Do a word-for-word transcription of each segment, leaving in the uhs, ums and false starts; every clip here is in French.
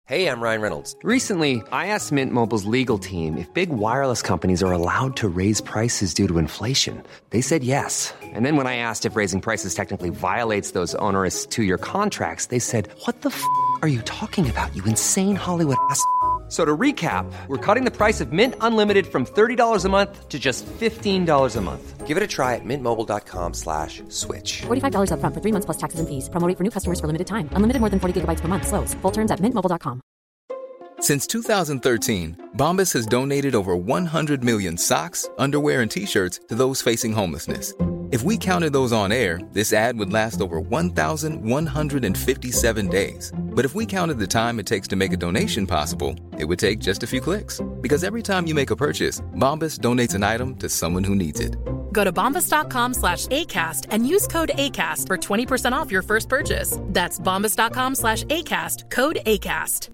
Hey, I'm Ryan Reynolds. Recently, I asked Mint Mobile's legal team if big wireless companies are allowed to raise prices due to inflation. They said yes. And then when I asked if raising prices technically violates those onerous two-year contracts, they said, "What the f*** are you talking about, you insane Hollywood ass?" So to recap, we're cutting the price of Mint Unlimited from thirty dollars a month to just fifteen dollars a month. Give it a try at mintmobile.com slash switch. forty-five dollars up front for three months plus taxes and fees. Promo rate for new customers for limited time. Unlimited more than forty gigabytes per month. Slows full terms at mint mobile dot com. Since two thousand thirteen, Bombas has donated over one hundred million socks, underwear, and T-shirts to those facing homelessness. If we counted those on air, this ad would last over one thousand one hundred fifty-seven days. But if we counted the time it takes to make a donation possible, it would take just a few clicks. Because every time you make a purchase, Bombas donates an item to someone who needs it. Go to bombas.com slash ACAST and use code ACAST for twenty percent off your first purchase. That's bombas.com slash ACAST, code ACAST.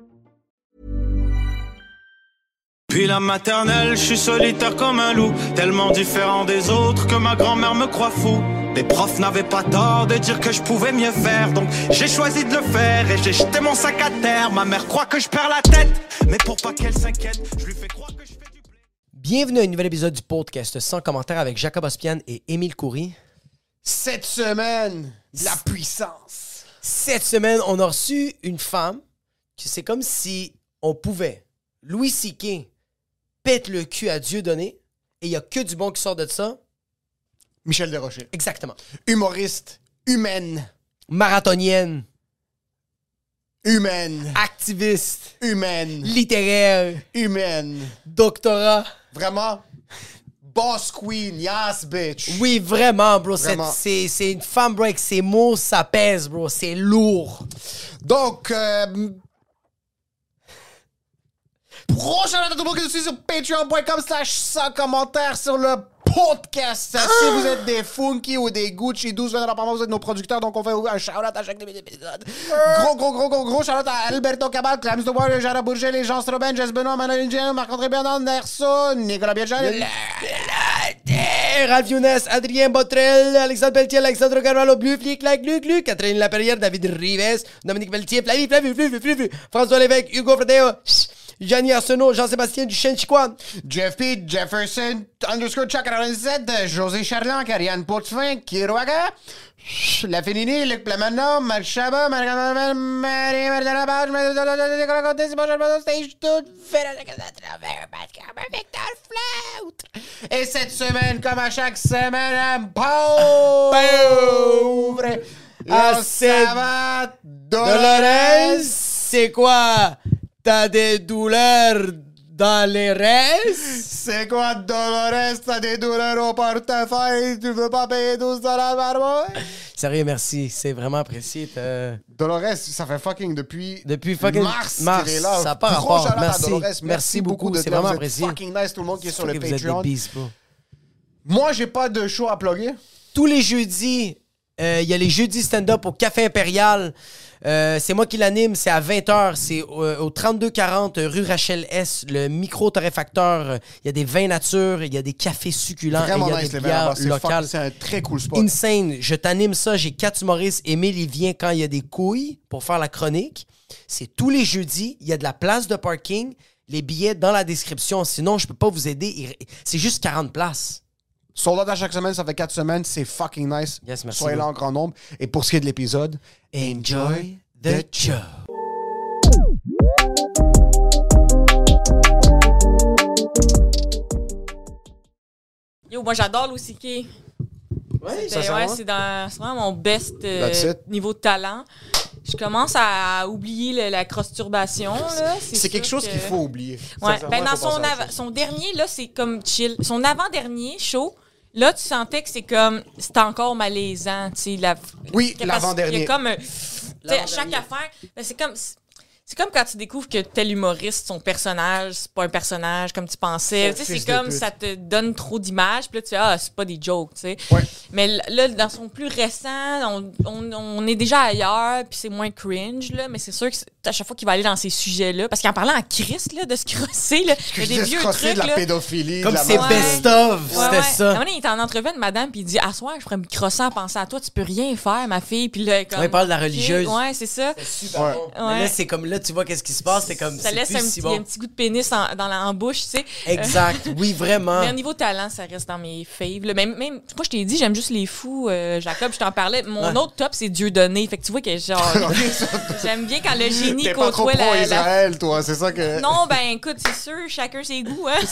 Puis la maternelle, je suis solitaire comme un loup, tellement différent des autres que ma grand-mère me croit fou. Les profs n'avaient pas tort de dire que je pouvais mieux faire, donc j'ai choisi de le faire et j'ai jeté mon sac à terre. Ma mère croit que je perds la tête, mais pour pas qu'elle s'inquiète, je lui fais croire que je fais du blé. Bienvenue à un nouvel épisode du podcast sans commentaire avec Jacob Ospian et Émile Coury. Cette semaine, de la puissance. Cette semaine, on a reçu une femme que c'est comme si on pouvait. Louis C K pète le cul à Dieu donné et il n'y a que du bon qui sort de ça. Michel Desrochers. Exactement. Humoriste, humaine. Marathonienne. Humaine. Activiste. Humaine. Littéraire. Humaine. Doctorat. Vraiment. Boss queen, yes bitch. Oui, vraiment, bro. Vraiment. C'est, c'est, c'est une femme, bro, avec ses mots, ça pèse, bro. C'est lourd. Donc, euh... prochain à tout le monde qui nous suit sur patreon.com slash sans commentaire sur le podcast. Ah! Si vous êtes des Funky ou des Gucci douze vingt dollars par mois, vous êtes nos producteurs, donc on fait un shout-out à chaque épisode. Ah! Gros, gros, gros, gros, gros shout-out à Alberto Cabal, Clams de Bois, Jara Bourget, les Jean Robin, Jess Benoît, Manuel Ingénieur, Marc-André Bernard, Nerson, Nicolas Biagel, Ralph Younes, Adrien Botrel, Alexandre Pelletier, Alexandre Carvalho, Blu, Flic, Lac, Luc, Luc, Catherine Laperrière, David Rives, Dominique Pelletier, Flavie, Flavie, Flavie, Flavie, François Lévesque, Hugo Fredeo, Gianni Arsenault, Jean-Sébastien Duchesne-Chicoine, Jeff P. Jefferson, underscore Chuck quatre-vingt-dix-sept, José Charland, Karianne Potvin, Kiroaga, La Fénini, Luc Plamano, Marc Chabat, Marie-Marie, Marie-Marie Lapage, Nicolas Côté, Simon Jalbado, Stage Tout, Véronique à travers, Pascal, Victor Flautre. Et cette semaine, comme à chaque semaine, pauvre, à cette Dolores, c'est quoi? T'as des douleurs dans les restes? C'est quoi, Dolores? T'as des douleurs au portefeuille? Tu veux pas payer douze dollars par mois? Sérieux, merci. C'est vraiment apprécié. T'as... Dolores, ça fait fucking depuis, depuis fucking mars. mars qu'il est là. ça n'a pas rapport. Merci. Dolores. Merci, merci beaucoup. beaucoup de c'est vraiment vraiment apprécié. Fucking nice, tout le monde qui est sur le vous Patreon. Êtes des beasts, bro. Moi, j'ai pas de show à plugger. Tous les jeudis, il euh, y a les jeudis stand-up au Café Impérial. Euh, c'est moi qui l'anime, c'est à vingt heures, c'est au, au trente-deux quarante rue Rachel S, le micro-torréfacteur. Il y a des vins nature, il y a des cafés succulents, vraiment et il y a nice, des les bières c'est locales. Fuck, c'est un très cool spot. Insane, je t'anime ça, j'ai quatre humoristes. Émile, il vient quand il y a des couilles pour faire la chronique. C'est tous les jeudis, il y a de la place de parking, les billets dans la description, sinon je peux pas vous aider. C'est juste quarante places. Sold out à chaque semaine, ça fait quatre semaines, c'est fucking nice. Yes, merci. Soyez là en grand nombre. Et pour ce qui est de l'épisode, enjoy the show. Yo, moi j'adore Louis C K. Ouais, c'est, ouais, c'est, dans, c'est vraiment mon best euh, niveau de talent. Je commence à oublier le, la crosturbation. Là. C'est, c'est quelque chose que... qu'il faut oublier. Ouais. Ben, dans son, av- son dernier, là, c'est comme chill. Son avant-dernier show, là, tu sentais que c'est comme... C'était encore malaisant. La... Oui, que, l'avant-dernier. Il y a comme... À chaque affaire, ben, c'est comme... C'est comme quand tu découvres que tel humoriste, son personnage, c'est pas un personnage comme tu pensais. C'est, c'est comme ça te donne trop d'images. Puis là, tu sais, ah, c'est pas des jokes, tu sais. Ouais. Mais là, dans son plus récent, on, on, on est déjà ailleurs, puis c'est moins cringe, là. Mais c'est sûr que à chaque fois qu'il va aller dans ces sujets-là, parce qu'en parlant en Christ, là, de se crosser, là, il y a des vieux trucs, de la là. pédophilie. Comme de la c'est mort. best-of, Ouais, c'était ouais. ça. À un moment donné, il est en entrevue avec madame, puis il dit, à soir, je ferais me crosser en pensant à toi, tu peux rien faire, ma fille. Puis là, comme, ouais, il parle de la religieuse. Ouais, c'est ça. C'est super ouais. bon. Ouais. Mais là, c'est comme là, tu vois qu'est-ce qui se passe, c'est comme, ça c'est laisse plus un si petit, bon. un petit goût de pénis en, dans la en bouche, tu sais. Exact, euh, oui, vraiment. Mais au niveau talent, ça reste dans mes faves. Là. Même, même, moi, je t'ai dit, j'aime juste les fous. Euh, Jacob, je t'en parlais. Mon ouais. autre top, c'est Dieudonné. Fait que tu vois que genre, j'aime bien quand le génie T'es pas trop côtoie la, Israël, la... toi, c'est ça que... Non, ben écoute, c'est sûr, chacun ses goûts, hein.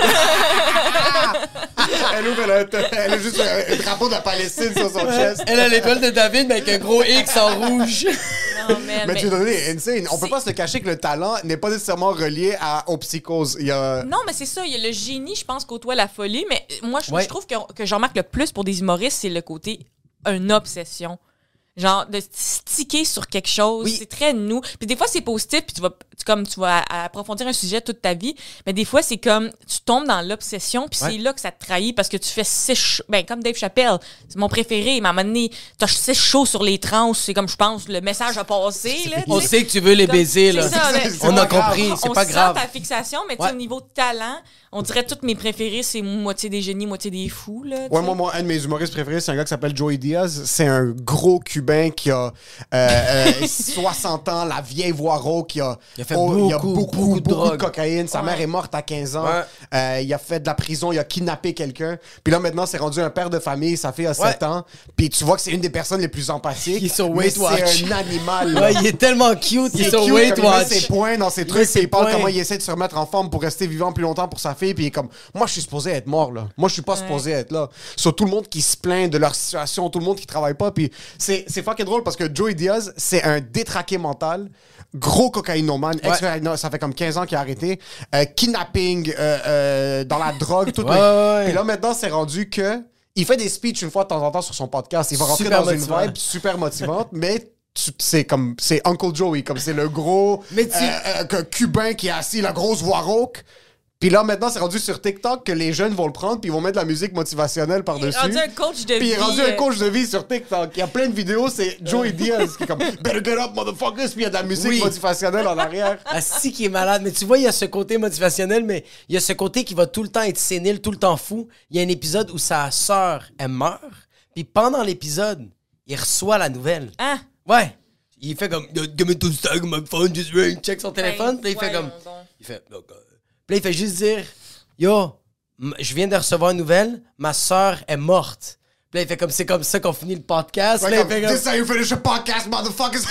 Elle ouvre, elle a, elle a juste un, un drapeau de la Palestine sur son chest. Elle a l'étoile de David, mais avec un gros X en rouge. Non, man, mais mais Dieudonné est insane. On peut pas se cacher que le talent n'est pas nécessairement relié à, aux psychoses. Il y a... Non, mais c'est ça. Il y a le génie, je pense, côtoie la folie. Mais moi, je, ouais. je trouve que, que j'en remarque le plus pour des humoristes, c'est le côté une obsession. Genre, de sticker sur quelque chose, oui. c'est très nous. Puis des fois, c'est positif, puis tu vas, tu, comme, tu vas approfondir un sujet toute ta vie. Mais des fois, c'est comme, tu tombes dans l'obsession, puis ouais. c'est là que ça te trahit, parce que tu fais six shows. Ben, comme Dave Chappelle, c'est mon préféré. Mais à un moment donné, t'as six shows sur les trans, c'est comme, je pense, le message a passé. Là, on sait que tu veux les comme, baiser, là. Ça, mais, on a compris, c'est on pas grave. On sent ta fixation, mais ouais. au niveau de talent, on dirait toutes mes préférés, c'est moitié des génies, moitié des fous. Là, ouais, moi, moi, un de mes humoristes préférés, c'est un gars qui s'appelle Joey Diaz. C'est un gros Cubain qui a euh, euh, soixante ans, la vieille voix rauque, qui a, il a fait oh, beaucoup, il a beaucoup, beaucoup, beaucoup, de, beaucoup de cocaïne. Sa ouais. mère est morte à quinze ans. Ouais. Euh, il a fait de la prison, il a kidnappé quelqu'un. Puis là, maintenant, c'est rendu un père de famille. Sa fille a sept ouais. ans. Puis tu vois que c'est une des personnes les plus empathiques. Il est sur Weight Watch. C'est un animal. Ouais, il est tellement cute. Il, il est sur cute, Weight Watch. Il met ses points dans ses trucs. Puis il parle comment il essaie de se remettre en forme pour rester vivant plus longtemps pour sa fille. Puis il est comme, moi, je suis supposé être mort, là. Moi, je suis pas ouais. supposé être là. Sur tout le monde qui se plaint de leur situation, tout le monde qui travaille pas. Puis c'est, c'est fucking drôle parce que Joey Diaz, c'est un détraqué mental, gros cocaïnomane. Ouais. Ex- ça fait comme quinze ans qu'il a arrêté. Euh, kidnapping, euh, euh, dans la drogue, tout. Ouais, ouais. Puis là, maintenant, c'est rendu que il fait des speeches une fois de temps en temps sur son podcast. Il va rentrer super dans motivant. Une vibe super motivante, mais c'est comme c'est Uncle Joey, comme c'est le gros mais tu... euh, euh, cubain qui est assis, la grosse voix rauque. Puis là, maintenant, c'est rendu sur TikTok que les jeunes vont le prendre puis ils vont mettre de la musique motivationnelle par-dessus. Il est rendu un coach de puis vie. Puis il est rendu un coach de vie sur TikTok. Il y a plein de vidéos, c'est Joey Diaz qui est comme « Better get up, motherfuckers! » Puis il y a de la musique oui. motivationnelle en arrière. Ah, si, qui est malade. Mais tu vois, il y a ce côté motivationnel, mais il y a ce côté qui va tout le temps être sénile, tout le temps fou. Il y a un épisode où sa sœur, elle meurt. Puis pendant l'épisode, il reçoit la nouvelle. Ah! Ouais. Il fait comme « Give me two seconds, my phone just ring. » Check son téléphone. Puis il fait comme... Il fait... Puis là, il fait juste dire... Yo, je viens de recevoir une nouvelle, ma soeur est morte. Puis là, il fait comme c'est comme ça qu'on finit le podcast. Ouais, là, comme, il fait comme... This how you finish a podcast, motherfuckers!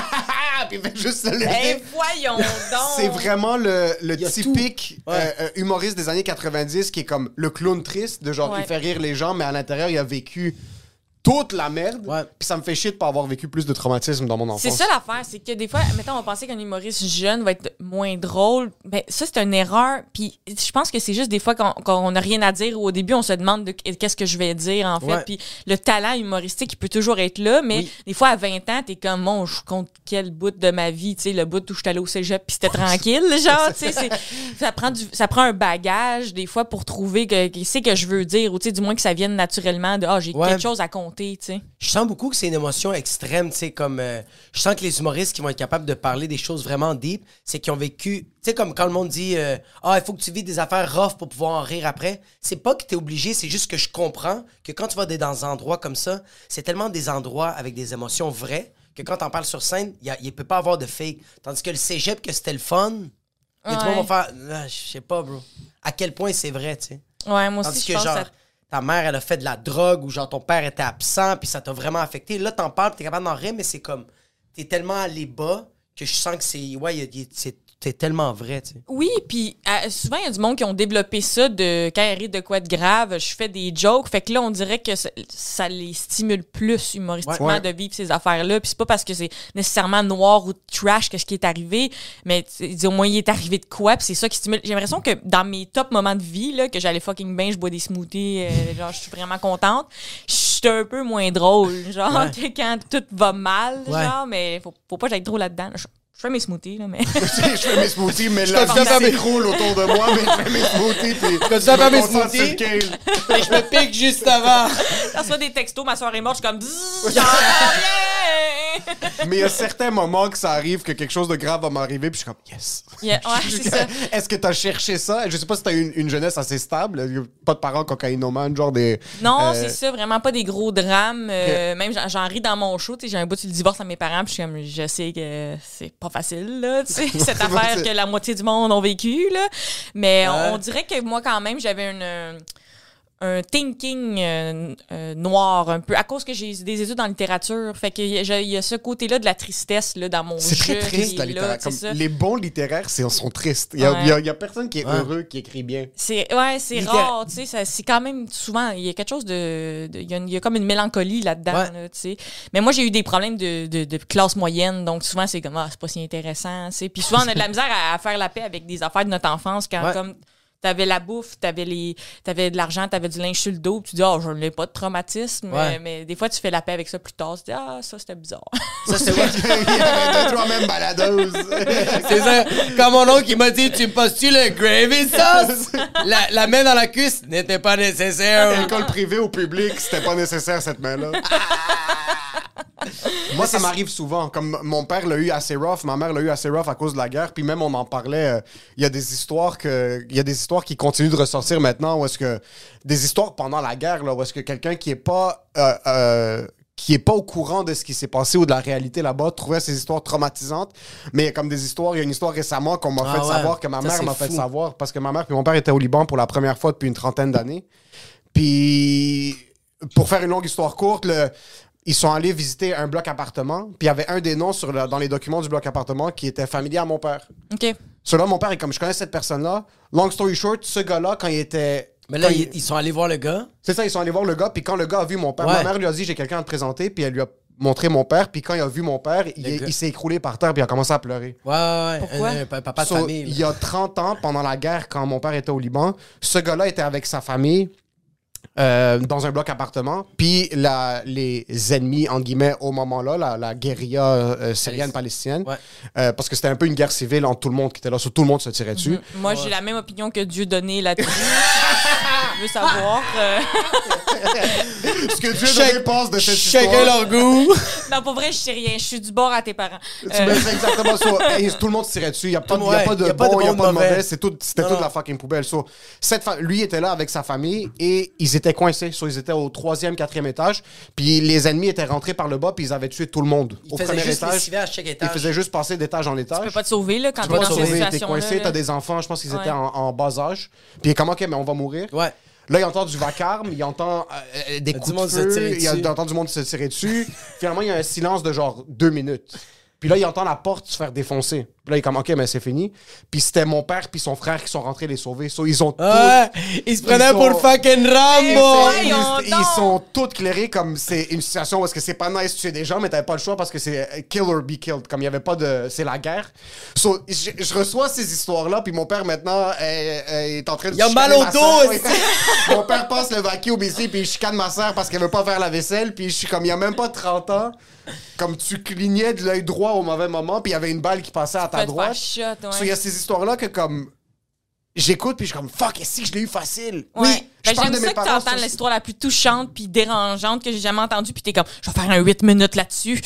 Puis il fait juste se lever. Hey, voyons donc! C'est vraiment le, le typique ouais. euh, humoriste des années quatre-vingt-dix qui est comme le clown triste, de genre, ouais. il fait rire les gens, mais à l'intérieur, il a vécu toute la merde. Ouais. Puis ça me fait chier de pas avoir vécu plus de traumatisme dans mon enfance. C'est ça l'affaire, c'est que des fois, mettons, on va penser qu'un humoriste jeune va être moins drôle. Ben, ça, c'est une erreur. Puis je pense que c'est juste des fois qu'on, qu'on n'a rien à dire ou au début, on se demande de, qu'est-ce que je vais dire, en fait. Ouais. Puis le talent humoristique, il peut toujours être là, mais oui. des fois, à vingt ans, t'es comme, bon, je compte quel bout de ma vie, tu sais, le bout où je suis allée au cégep, puis c'était tranquille, genre, tu sais. Ça prend du, ça prend un bagage, des fois, pour trouver que, qu'est-ce que je veux dire, ou tu sais, du moins que ça vienne naturellement de, ah, oh, j'ai ouais. quelque chose à compter. T'sais. Je sens beaucoup que c'est une émotion extrême, tu sais, comme... Euh, je sens que les humoristes qui vont être capables de parler des choses vraiment deep, c'est qu'ils ont vécu... Tu sais, comme quand le monde dit euh, « Ah, il faut que tu vis des affaires rough pour pouvoir en rire après », c'est pas que t'es obligé, c'est juste que je comprends que quand tu vas dans des endroits comme ça, c'est tellement des endroits avec des émotions vraies que quand t'en parles sur scène, il ne peut pas avoir de fake. Tandis que le cégep, que c'était le fun, ouais. et tout le monde va faire ah, « Je sais pas, bro. » À quel point c'est vrai, tu sais. Ouais, moi Tandis aussi, que, je pense genre, ça... ta mère, elle a fait de la drogue ou genre ton père était absent puis ça t'a vraiment affecté. Là, t'en parles, t'es capable d'en rire, mais c'est comme... T'es tellement allé bas que je sens que c'est... Ouais, y a, y a, c'est, c'est tellement vrai, tu sais. Oui, puis euh, souvent, il y a du monde qui ont développé ça de... Quand il arrive de quoi de grave, je fais des jokes. Fait que là, on dirait que ça, ça les stimule plus humoristiquement ouais. de vivre ces affaires-là. Puis c'est pas parce que c'est nécessairement noir ou trash que ce qui est arrivé, mais au moins, il est arrivé de quoi, puis c'est ça qui stimule. J'ai l'impression que dans mes top moments de vie, là, que j'allais fucking bien, je bois des smoothies, euh, genre, je suis vraiment contente, je suis un peu moins drôle, genre, ouais. que quand tout va mal, ouais. genre, mais faut, faut pas que j'aille trop là-dedans. Je, je fais mes smoothies, là, mais... je fais mes smoothies, mais là, ça s'écroule autour de moi, mais je fais mes smoothies, puis je me faire mes smoothies, et je me pique juste avant. Je reçois des textos, ma soeur est morte, je suis comme... Genre, yeah! Mais il y a certains moments que ça arrive, que quelque chose de grave va m'arriver, puis je suis comme, yes. Yeah, ouais, c'est ça. Est-ce que t'as cherché ça? Je sais pas si t'as une, une jeunesse assez stable. Pas de parents cocaïnomanes, genre des... Non, euh... c'est ça, vraiment pas des gros drames. Euh, okay. Même, j'en, j'en ris dans mon show. J'ai un bout sur le divorce à mes parents, puis je suis comme, je sais que c'est pas facile, là, tu sais, cette affaire que la moitié du monde ont vécu, là. Mais ouais. on, on dirait que moi, quand même, j'avais une... un thinking euh, euh, noir un peu, à cause que j'ai des études en littérature. Fait qu'il y, y a ce côté-là de la tristesse là, dans mon c'est jeu. C'est très triste, la littérature. Comme ça. Les bons littéraires, c'est, sont tristes. Il y a, ouais. y a, y a personne qui est ouais. heureux, qui écrit bien. C'est, ouais, c'est Litté- rare, tu sais. Ça, c'est quand même souvent, il y a quelque chose de... Il y, y a comme une mélancolie là-dedans, ouais. là, tu sais. Mais moi, j'ai eu des problèmes de, de, de classe moyenne, donc souvent, c'est comme, ah, c'est pas si intéressant, tu sais. Puis souvent, on a de la misère à, à faire la paix avec des affaires de notre enfance quand, ouais. comme... T'avais la bouffe, t'avais, les, t'avais de l'argent, t'avais du linge sur le dos, tu dis, ah, oh, je n'ai pas de traumatisme. Ouais. Mais, mais des fois, tu fais la paix avec ça plus tard. Tu dis, ah, ça, c'était bizarre. Ça, c'est vrai. Il y avait deux, trois mêmes baladeuses. C'est ça. Comme mon oncle, il m'a dit, tu me passes-tu le gravy sauce? la, la main dans la cuisse n'était pas nécessaire. L'école privée ou publique, c'était pas nécessaire, cette main-là. Moi, ça m'arrive souvent. Comme mon père l'a eu assez rough, ma mère l'a eu assez rough à cause de la guerre. Puis même, on en parlait. Il euh, y a des histoires que, il y a des histoires qui continuent de ressortir maintenant. Où est-ce que des histoires pendant la guerre, là, où est-ce que quelqu'un qui est pas euh, euh, qui est pas au courant de ce qui s'est passé ou de la réalité là-bas trouvait ces histoires traumatisantes. Mais il y a comme des histoires. Il y a une histoire récemment qu'on m'a ah fait ouais. savoir, que ma ça, mère m'a fou. fait savoir, parce que ma mère et mon père étaient au Liban pour la première fois depuis une trentaine d'années. Puis, pour faire une longue histoire courte, le ils sont allés visiter un bloc appartement, puis il y avait un des noms sur le, dans les documents du bloc appartement qui était familier à mon père. OK. Celui-là, mon père est comme, je connais cette personne-là. Long story short, ce gars-là, quand il était... Mais là, ils, il... ils sont allés voir le gars? C'est ça, ils sont allés voir le gars, puis quand le gars a vu mon père, ouais. ma mère lui a dit, j'ai quelqu'un à te présenter, puis elle lui a montré mon père, puis quand il a vu mon père, il, est, il s'est écroulé par terre, puis il a commencé à pleurer. Ouais, ouais, ouais. Pourquoi? Un, un, un papa de so, famille. Là. Il y a trente ans, pendant la guerre, quand mon père était au Liban, ce gars-là était avec sa famille... Euh, dans un bloc appartement, puis la, les ennemis, en guillemets, au moment-là, la, la guérilla euh, syrienne-palestinienne, ouais. euh, parce que c'était un peu une guerre civile entre tout le monde qui était là, sur tout le monde se tirait dessus. Mm-hmm. Moi, ouais. j'ai la même opinion que Dieu donné là-dessus. Je veux savoir. Euh... Ce que Dieu donné pense de cette histoire. Chacun leur goût. Non, pour vrai, je sais rien. Je suis du bord à tes parents. Tu euh... me fais exactement ça. Hey, tout le monde se tirait dessus. Il n'y a, ouais, a pas de bon, il n'y a pas de mauvais. C'est tout, c'était non, toute non. la fucking poubelle. So, cette fa- lui était là avec sa famille et ils étaient coincés. So, ils étaient au troisième, quatrième étage. Puis les ennemis étaient rentrés par le bas puis ils avaient tué tout le monde. Ils au premier étage. À chaque étage. Ils faisaient juste passer d'étage en étage. Tu peux pas te sauver là, quand tu t'es dans te cette sauver, situation-là. T'es coincé, là. t'as des enfants, je pense qu'ils ouais. étaient en, en bas âge. Puis comment, ok, mais on va mourir. Ouais. Là, il entend du vacarme, il entend euh, des coups de feu, il entend du monde se tirer dessus. Finalement, il y a un silence de genre deux minutes. Puis là, il entend la porte se faire défoncer. Puis là, il est comme, OK, mais c'est fini. Puis c'était mon père puis son frère qui sont rentrés les sauver. So, ils ont ah, tout... Ils se prenaient pour le fucking Rambo! Ils, ils, ils sont tous clairés comme c'est une situation où est-ce que c'est pas nice de tuer des gens, mais t'avais pas le choix parce que c'est kill or be killed. Comme il y avait pas de... C'est la guerre. So, je, je reçois ces histoires-là, puis mon père, maintenant, est, est en train de... Il a mal au dos! Mon père passe le vacuum ici, puis il chicane ma soeur parce qu'elle veut pas faire la vaisselle, puis je suis comme, il y a même pas trente ans... Comme tu clignais de l'œil droit au mauvais moment, puis il y avait une balle qui passait à ta droite. Il ouais. so, y a ces histoires-là que, comme, j'écoute, puis je suis comme, fuck, est-ce que je l'ai eu facile? Ouais. Oui. Ben, j'aime ça que t'entends l'histoire la plus touchante puis dérangeante que j'ai jamais entendue, puis t'es comme, je vais faire un huit minutes là-dessus.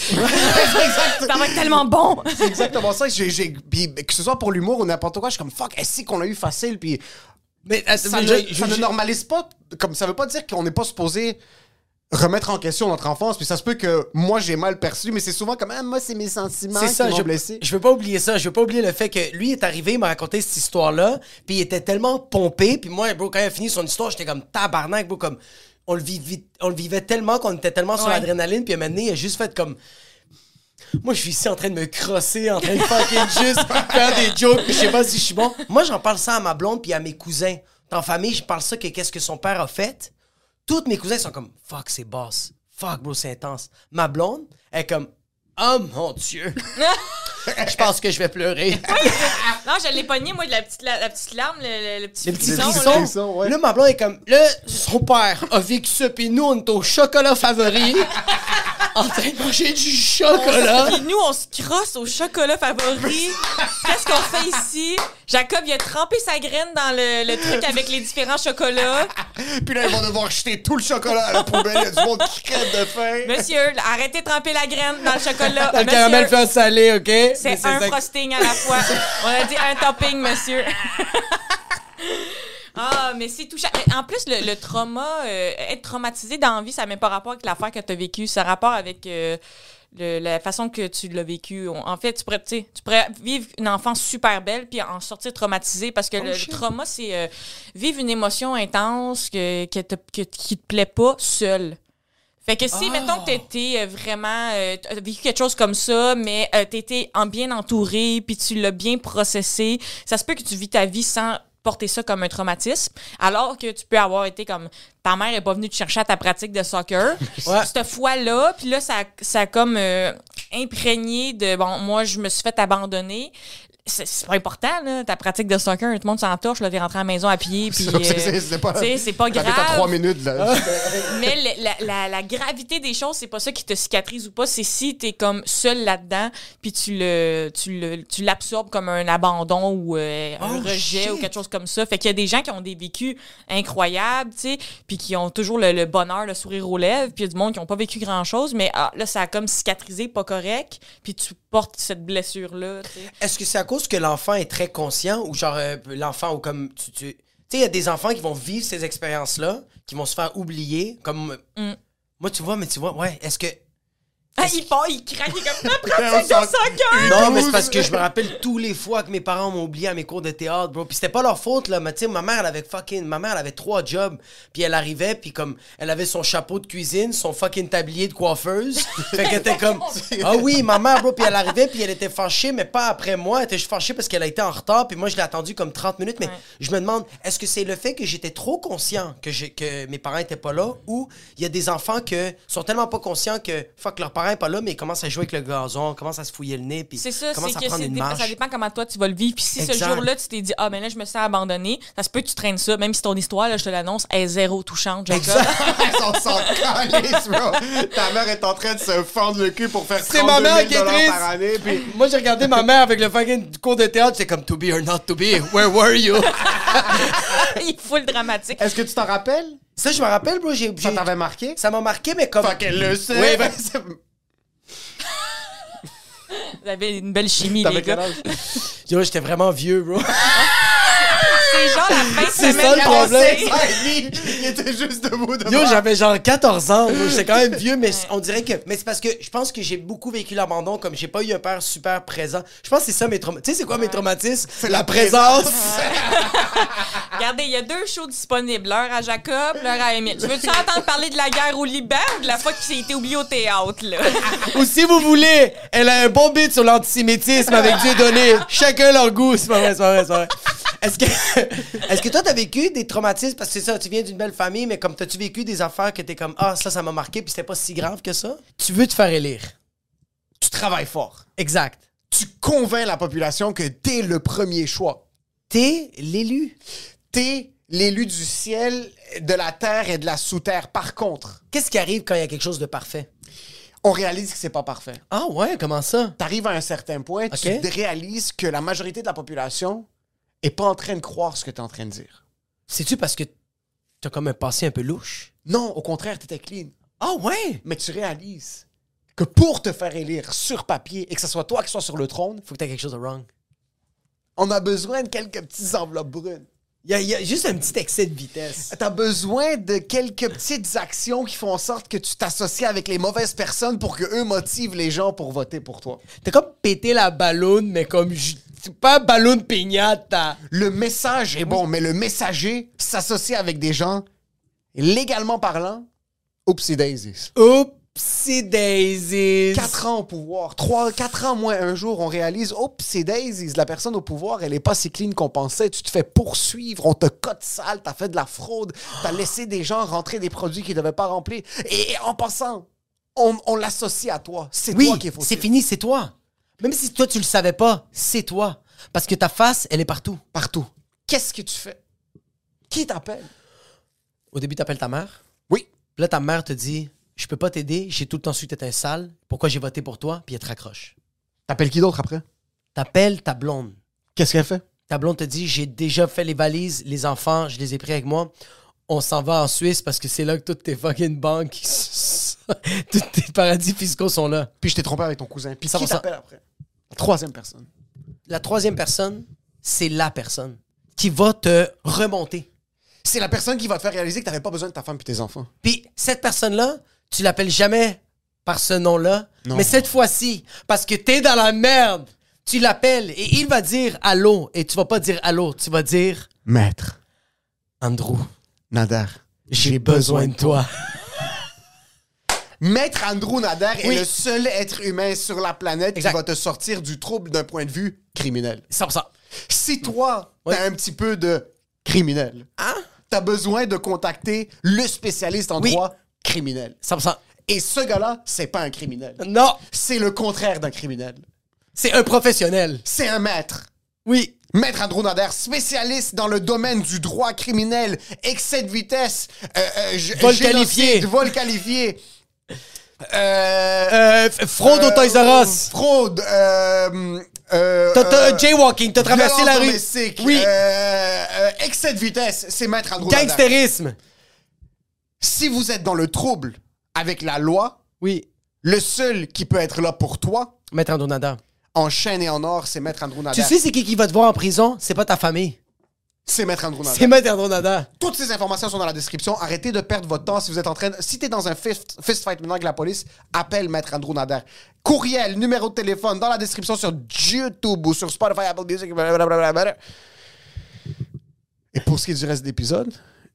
Ça va être tellement bon. C'est exactement ça. J'ai, j'ai, pis, que ce soit pour l'humour ou n'importe quoi, je suis comme, fuck, est-ce qu'on l'a eu facile? Puis, mais ça, ne, je, ça je, ne normalise pas, comme ça veut pas dire qu'on n'est pas supposé remettre en question notre enfance, puis ça se peut que moi j'ai mal perçu, mais c'est souvent comme ah, moi c'est mes sentiments c'est qui ça, m'ont je, blessé. Je veux pas oublier ça, je veux pas oublier le fait que lui est arrivé, il m'a raconté cette histoire-là, puis il était tellement pompé, puis moi bro, quand il a fini son histoire, j'étais comme tabarnak, bro, comme on le vivait, on le vivait tellement qu'on était tellement sur ouais. l'adrénaline, puis à un moment donné, il a juste fait comme moi je suis ici en train de me crosser, en train de fucking juste faire des jokes, puis je sais pas si je suis bon. Moi j'en parle ça à ma blonde puis à mes cousins. En famille, je parle ça que qu'est-ce que son père a fait. Toutes mes cousins sont comme « Fuck, c'est boss. Fuck, bro, c'est intense. » Ma blonde est comme « Oh mon Dieu. Je pense que je vais pleurer. » Non, je l'ai pogné, moi, de la petite, la, la petite larme, le, le, le petit le frisson. Petit frisson, ouais. Là, ma blonde est comme « Là, son père a vécu ça, puis nous, on est au chocolat favori. » En train de manger du chocolat. Puis nous, on se crosse au chocolat favori. Qu'est-ce qu'on fait ici? Jacob, il a trempé sa graine dans le, le truc avec les différents chocolats. Puis là, ils vont devoir jeter tout le chocolat à la poubelle. Il y a du monde qui crève de faim. Monsieur, arrêtez de tremper la graine dans le chocolat. Dans le caramel fleur salé, OK? C'est un ça... frosting à la fois. On a dit un topping, monsieur. Ah, mais c'est touchant. En plus, le, le trauma, euh, être traumatisé dans la vie, ça n'a même pas rapport avec l'affaire que tu as vécue. Ça a rapport avec euh, le, la façon que tu l'as vécu. En fait, tu pourrais, tu pourrais vivre une enfance super belle puis en sortir traumatisé parce que oh, le, le trauma, c'est euh, vivre une émotion intense que, que te, que, qui te plaît pas seul. Fait que si, oh. mettons que t'étais vraiment... Euh, t'as vécu quelque chose comme ça, mais euh, t'étais en bien entouré puis tu l'as bien processé, ça se peut que tu vis ta vie sans... porter ça comme un traumatisme, alors que tu peux avoir été comme ta mère est pas venue te chercher à ta pratique de soccer. Ouais. Cette fois-là, puis là, ça, ça a comme euh, imprégné de bon, moi, je me suis fait abandonner. C'est, c'est pas important, là, ta pratique de soccer. Tout le monde s'en torche, là, t'es rentré à la maison à pied. Puis, euh, c'est, c'est pas, c'est pas grave. T'as trois minutes, là. Mais le, la, la, la gravité des choses, c'est pas ça qui te cicatrise ou pas. C'est si t'es comme seul là-dedans, puis tu le, tu le, tu l'absorbes comme un abandon ou euh, un oh, rejet shit. Ou quelque chose comme ça. Fait qu'il y a des gens qui ont des vécus incroyables, tu sais, puis qui ont toujours le, le bonheur, le sourire aux lèvres, puis il y a du monde qui ont pas vécu grand-chose, mais ah, là, ça a comme cicatrisé, pas correct, puis tu portes cette blessure-là, tu sais. Est-ce que c'est à cause que l'enfant est très conscient ou genre euh, l'enfant ou comme tu tu sais il y a des enfants qui vont vivre ces expériences là qui vont se faire oublier comme mm. moi tu vois mais tu vois ouais est-ce que Ah, il part, il craque, il est comme « pratique de soccer! » Non, mais c'est parce que je me rappelle tous les fois que mes parents m'ont oublié à mes cours de théâtre, bro. Puis c'était pas leur faute, là. Mais tu sais, ma mère, elle avait fucking... Ma mère, elle avait trois jobs. Puis elle arrivait, puis comme... Elle avait son chapeau de cuisine, son fucking tablier de coiffeuse. Fait qu'elle était comme... Ah oui, ma mère, bro. Puis elle arrivait, puis elle était fâchée, mais pas après moi. Elle était juste fâchée parce qu'elle a été en retard. Puis moi, je l'ai attendu comme trente minutes. Mais ouais. Je me demande, est-ce que c'est le fait que j'étais trop conscient que, j'ai, que mes parents étaient pas là, ou il y a des enfants que sont tellement pas conscients que, fuck, leur parent est pas là, mais ils commencent à jouer avec le gazon, commence à se fouiller le nez, puis c'est ça, commence c'est à que prendre c'est une dé- marche. Ça dépend comment toi tu vas le vivre. Puis si exact. Ce jour-là, tu t'es dit « Ah, ben là, je me sens abandonné », ça se peut que tu traînes ça, même si ton histoire, là, je te l'annonce, est zéro touchante, Jacob. On s'en calisse, bro. Ta mère est en train de se fendre le cul pour faire c'est ma mère qui est triste. Par année. Puis... Moi, j'ai regardé ma mère avec le fucking cours de théâtre, c'est comme « To be or not to be, where were you? » Il faut le dramatique. Est-ce que tu t'en rappelles? Ça, je me rappelle, bro. J'ai, ça j'ai... t'avait marqué? Ça m'a marqué, mais comme... Fuck, elle le sait. Oui, ben... Vous avez une belle chimie, T'avais les gars. Yo, j'étais vraiment vieux, bro. C'est genre la fin de c'est semaine. Ça le problème. Il était juste debout devant. Yo, j'avais genre quatorze ans. Bro. J'étais quand même vieux, mais on dirait que... Mais c'est parce que je pense que j'ai beaucoup vécu l'abandon, comme j'ai pas eu un père super présent. Je pense que c'est ça mes traumatismes. Tu sais, c'est quoi mes traumatismes? C'est la présence. Regardez, il y a deux shows disponibles. L'heure à Jacob, l'heure à Émile. Tu veux-tu entendre parler de la guerre au Liban ou de la fois qu'il s'est été oublié au théâtre, là? Ou si vous voulez, elle a un bon beat sur l'antisémitisme avec Dieudonné. Chacun leur goût. C'est pas vrai, c'est pas vrai, c'est pas vrai. Est-ce que, est-ce que toi, t'as vécu des traumatismes? Parce que c'est ça, tu viens d'une belle famille, mais comme t'as-tu vécu des affaires que t'es comme, ah, ça, ça m'a marqué, puis c'était pas si grave que ça? Tu veux te faire élire. Tu travailles fort. Exact. Tu convaincs la population que t'es le premier choix. T'es l'élu. T'es l'élu du ciel, de la terre et de la sous-terre. Par contre... Qu'est-ce qui arrive quand il y a quelque chose de parfait? On réalise que c'est pas parfait. Ah ouais, comment ça? T'arrives à un certain point, okay. Tu réalises que la majorité de la population est pas en train de croire ce que t'es en train de dire. C'est-tu parce que t'as comme un passé un peu louche? Non, au contraire, t'étais clean. Ah ouais? Mais tu réalises que pour te faire élire sur papier et que ce soit toi qui sois sur le trône, faut que t'aies quelque chose de wrong. On a besoin de quelques petites enveloppes brunes. Il y, a, il y a juste un petit excès de vitesse. T'as besoin de quelques petites actions qui font en sorte que tu t'associes avec les mauvaises personnes pour que eux motivent les gens pour voter pour toi. T'as comme pété la ballonne, mais comme... C'est pas ballon pignata. Le message est bon, mais le messager s'associe avec des gens, légalement parlant, oopsie daisies. Oopsie daisies. Quatre ans au pouvoir. Trois, quatre ans moins un jour, on réalise, oopsie daisies. La personne au pouvoir, elle est pas si clean qu'on pensait. Tu te fais poursuivre, on te cote sale, t'as fait de la fraude, t'as laissé des gens rentrer des produits qu'ils devaient pas remplir. Et en passant, on, on l'associe à toi. C'est oui, toi qui est fautif. C'est fini, c'est toi. Même si toi, tu le savais pas, c'est toi. Parce que ta face, elle est partout. Partout. Qu'est-ce que tu fais? Qui t'appelle? Au début, t'appelles ta mère. Oui. Puis là, ta mère te dit, je peux pas t'aider, j'ai tout le temps su que t'étais un sale. Pourquoi j'ai voté pour toi? Puis elle te raccroche. T'appelles qui d'autre après? T'appelles ta blonde. Qu'est-ce qu'elle fait? ta blonde te dit, j'ai déjà fait les valises, les enfants, je les ai pris avec moi. On s'en va en Suisse parce que c'est là que toutes tes fucking banques, tous tes paradis fiscaux sont là. Puis je t'ai trompé avec ton cousin. Puis cent qui pour cent. t'appelle après? Troisième personne. La troisième personne, c'est la personne qui va te remonter. C'est la personne qui va te faire réaliser que t'avais pas besoin de ta femme et tes enfants. Puis cette personne-là, tu l'appelles jamais par ce nom-là, Non. mais cette fois-ci, parce que t'es dans la merde, tu l'appelles et il va dire allô et tu vas pas dire allô, tu vas dire Maître Andrew, Nader, j'ai besoin de toi. Maître Andrew Nader Oui. est le seul être humain sur la planète Exact. qui va te sortir du trouble d'un point de vue criminel. cent pour cent. Si toi, Oui. t'as un petit peu de criminel, Hein? t'as besoin de contacter le spécialiste en Oui. droit criminel. cent pour cent. Et ce gars-là, c'est pas un criminel. Non, C'est le contraire d'un criminel. c'est un professionnel. C'est un maître. Oui. Maître Andrew Nader, spécialiste dans le domaine du droit criminel, excès de vitesse, euh, euh, g- Vol génocide, qualifié. vol qualifié, euh, Euh, f- fraude au Toys R Us. fraude, euh, euh, T'as, t'as euh, jaywalking, t'as traversé violence la rue. domestique, Oui. euh, euh, excès de vitesse, c'est Maître Andrew Nader. Gangsterisme. Si vous êtes dans le trouble avec la loi, Oui. le seul qui peut être là pour toi, Maître Andrew Nader. en chaîne et en or, c'est Maître Andrew Nader. Tu sais c'est qui qui va te voir en prison? C'est pas ta famille. C'est Maître Andrew Nader. C'est Maître Andrew Nader. Toutes ces informations sont dans la description. Arrêtez de perdre votre temps si vous êtes en train de... Si t'es dans un fist, fist fight maintenant avec la police, appelle Maître Andrew Nader. Courriel, numéro de téléphone, dans la description sur YouTube ou sur Spotify, Apple Music, blablabla. Et pour ce qui est du reste de l'épisode...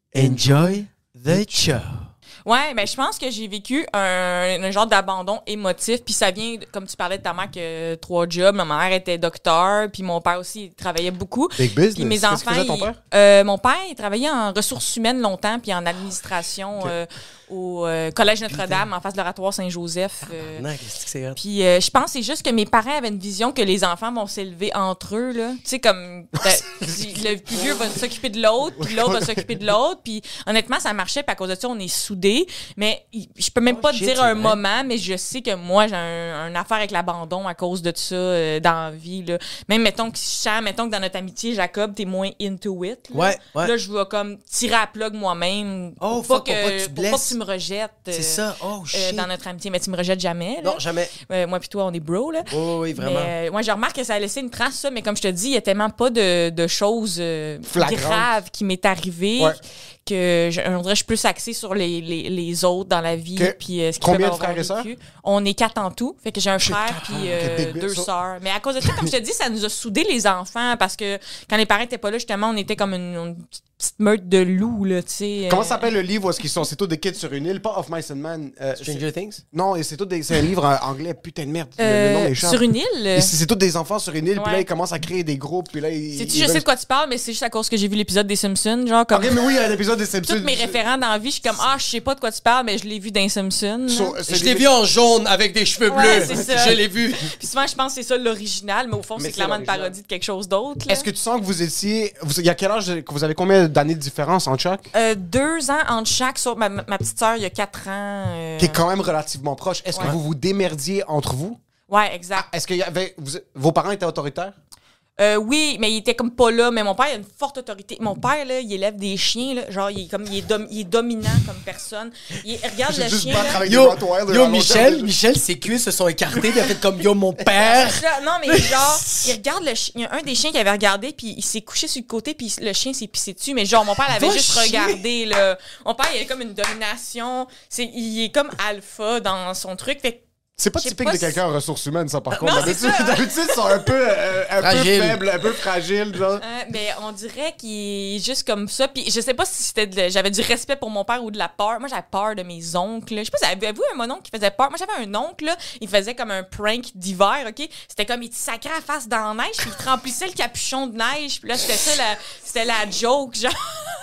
Enjoy the show. Ouais, ben je pense que j'ai vécu un, un genre d'abandon émotif, puis ça vient, comme tu parlais de ta mère, que trois jobs. Ma mère était docteur, puis mon père aussi il travaillait beaucoup. Big business. Puis mes Qu'est-ce enfants, qu'il faisait, ton ils- père? euh, mon père, il travaillait en ressources humaines longtemps, puis en administration euh, au euh, Collège Notre-Dame, en face de l'oratoire Saint-Joseph. euh, Non, qu'est-ce que c'est hot? Puis euh, je pense que c'est juste que mes parents avaient une vision que les enfants vont s'élever entre eux, là. Tu sais, comme ben, le plus vieux va s'occuper de l'autre, puis l'autre va s'occuper de l'autre. Puis honnêtement, ça marchait, puis à cause de ça, on est soudés. Mais il- je peux même Oh, pas shit, te dire c'est un vrai. moment, mais je sais que moi, j'ai un, un affaire avec l'abandon à cause de ça euh, dans la vie, là. Même, mettons que je sens, mettons que dans notre amitié, Jacob, t'es moins into it. Là. Ouais, ouais. Là, je vais comme tirer à plug moi-même Oh, pour, fuck, pas pour pas que que, tu pour pas blesses. que tu me rejettes. C'est ça. Oh, euh, shit. dans notre amitié, mais tu me rejettes jamais. Là. Non, jamais. Euh, moi puis toi, on est bro, là. Oh, oui, vraiment. Mais, euh, moi, je remarque que ça a laissé une trace, ça, mais comme je te dis, il y a tellement pas de, de choses euh, Flagrantes. graves qui m'est arrivé Ouais. que je, on dirait que je suis plus axée sur les, les, les autres dans la vie. Ok. Puis, euh, ce qu'ils Combien peuvent de frères avoir et vécu. On est quatre en tout. Fait que j'ai un frère quatre. puis Ah, euh, ok, big, big. deux So- sœurs. Mais à cause de ça, comme je te dis, ça nous a soudés les enfants parce que quand les parents étaient pas là, justement, on était comme une, une petite meute de loups, là, tu sais. Comment euh, ça s'appelle le livre où est-ce qu'ils sont? C'est tous des kids sur une île, pas Of Mice and Men. euh, Stranger c'est- Things? Non, et c'est tout des... c'est un livre en anglais. Putain de merde. le- euh, le nom m'échappe. sur une île. Et C'est c'est tous des enfants sur une île, puis Ouais. là, ils commencent à créer des groupes, puis là, ils... Sais-tu, ils je sais veulent- de quoi tu parles, mais c'est juste à cause que j'ai vu l'épisode des Simpsons, genre comme. Ok, mais oui, il y a un épisode des Simpsons. Tous mes référents dans la vie, je suis comme, ah, je sais pas de quoi tu parles, mais je l'ai vu dans les Simpsons. So- là. c'est Je des- l'ai vu en jaune avec des cheveux Ouais, bleus. c'est ça. Je l'ai vu. Puis souvent, je pense que c'est ça l'original, mais au fond, Mais c'est c'est clairement une l'original. parodie de quelque chose d'autre. là. Est-ce que tu sens que vous étiez... vous- Il y a quel âge que vous avez combien d'années de différence entre chaque? Euh, deux ans entre chaque, sauf ma, ma petite sœur, il y a quatre ans. euh, Qui est quand même relativement proche. Est-ce que Ouais. vous vous démerdiez entre vous? Ouais, exact. Est-ce que y avait... vous- vos parents étaient autoritaires? Euh, oui, mais il était comme pas là. Mais mon père, il a une forte autorité. Mon père, là, il élève des chiens, là. Genre, il est comme, il est, dom- il est dominant comme personne. Il regarde J'ai le juste chien. battre là. avec Yo, des Rottweilers yo à Michel, longtemps. Michel, ses cuisses se sont écartées. Il a fait comme yo, mon père. Là, non, mais genre, il regarde le chien. Il y a un des chiens qui avait regardé, puis il s'est couché sur le côté, puis le chien s'est pissé dessus. Mais genre, mon père l'avait Va juste chier. regardé, là. Mon père, il a comme une domination. C'est, il est comme alpha dans son truc. Fait que C'est pas Je sais typique pas de si- quelqu'un en ressources humaines, ça, par contre. Non, c'est D'habitude, ça. d'habitude, ils sont un peu, euh, un peu Fragile. faibles, un peu fragiles, genre. Euh, mais on dirait qu'il est juste comme ça. Puis je sais pas si c'était de- j'avais du respect pour mon père ou de la peur. Moi, j'avais peur de mes oncles. Je sais pas si avez-vous un mon oncle qui faisait peur. Moi, j'avais un oncle, là, il faisait comme un prank d'hiver, OK? C'était comme, il te sacrait la face dans la neige, puis il te remplissait le capuchon de neige. Puis là, c'était ça, la, c'était la joke, genre.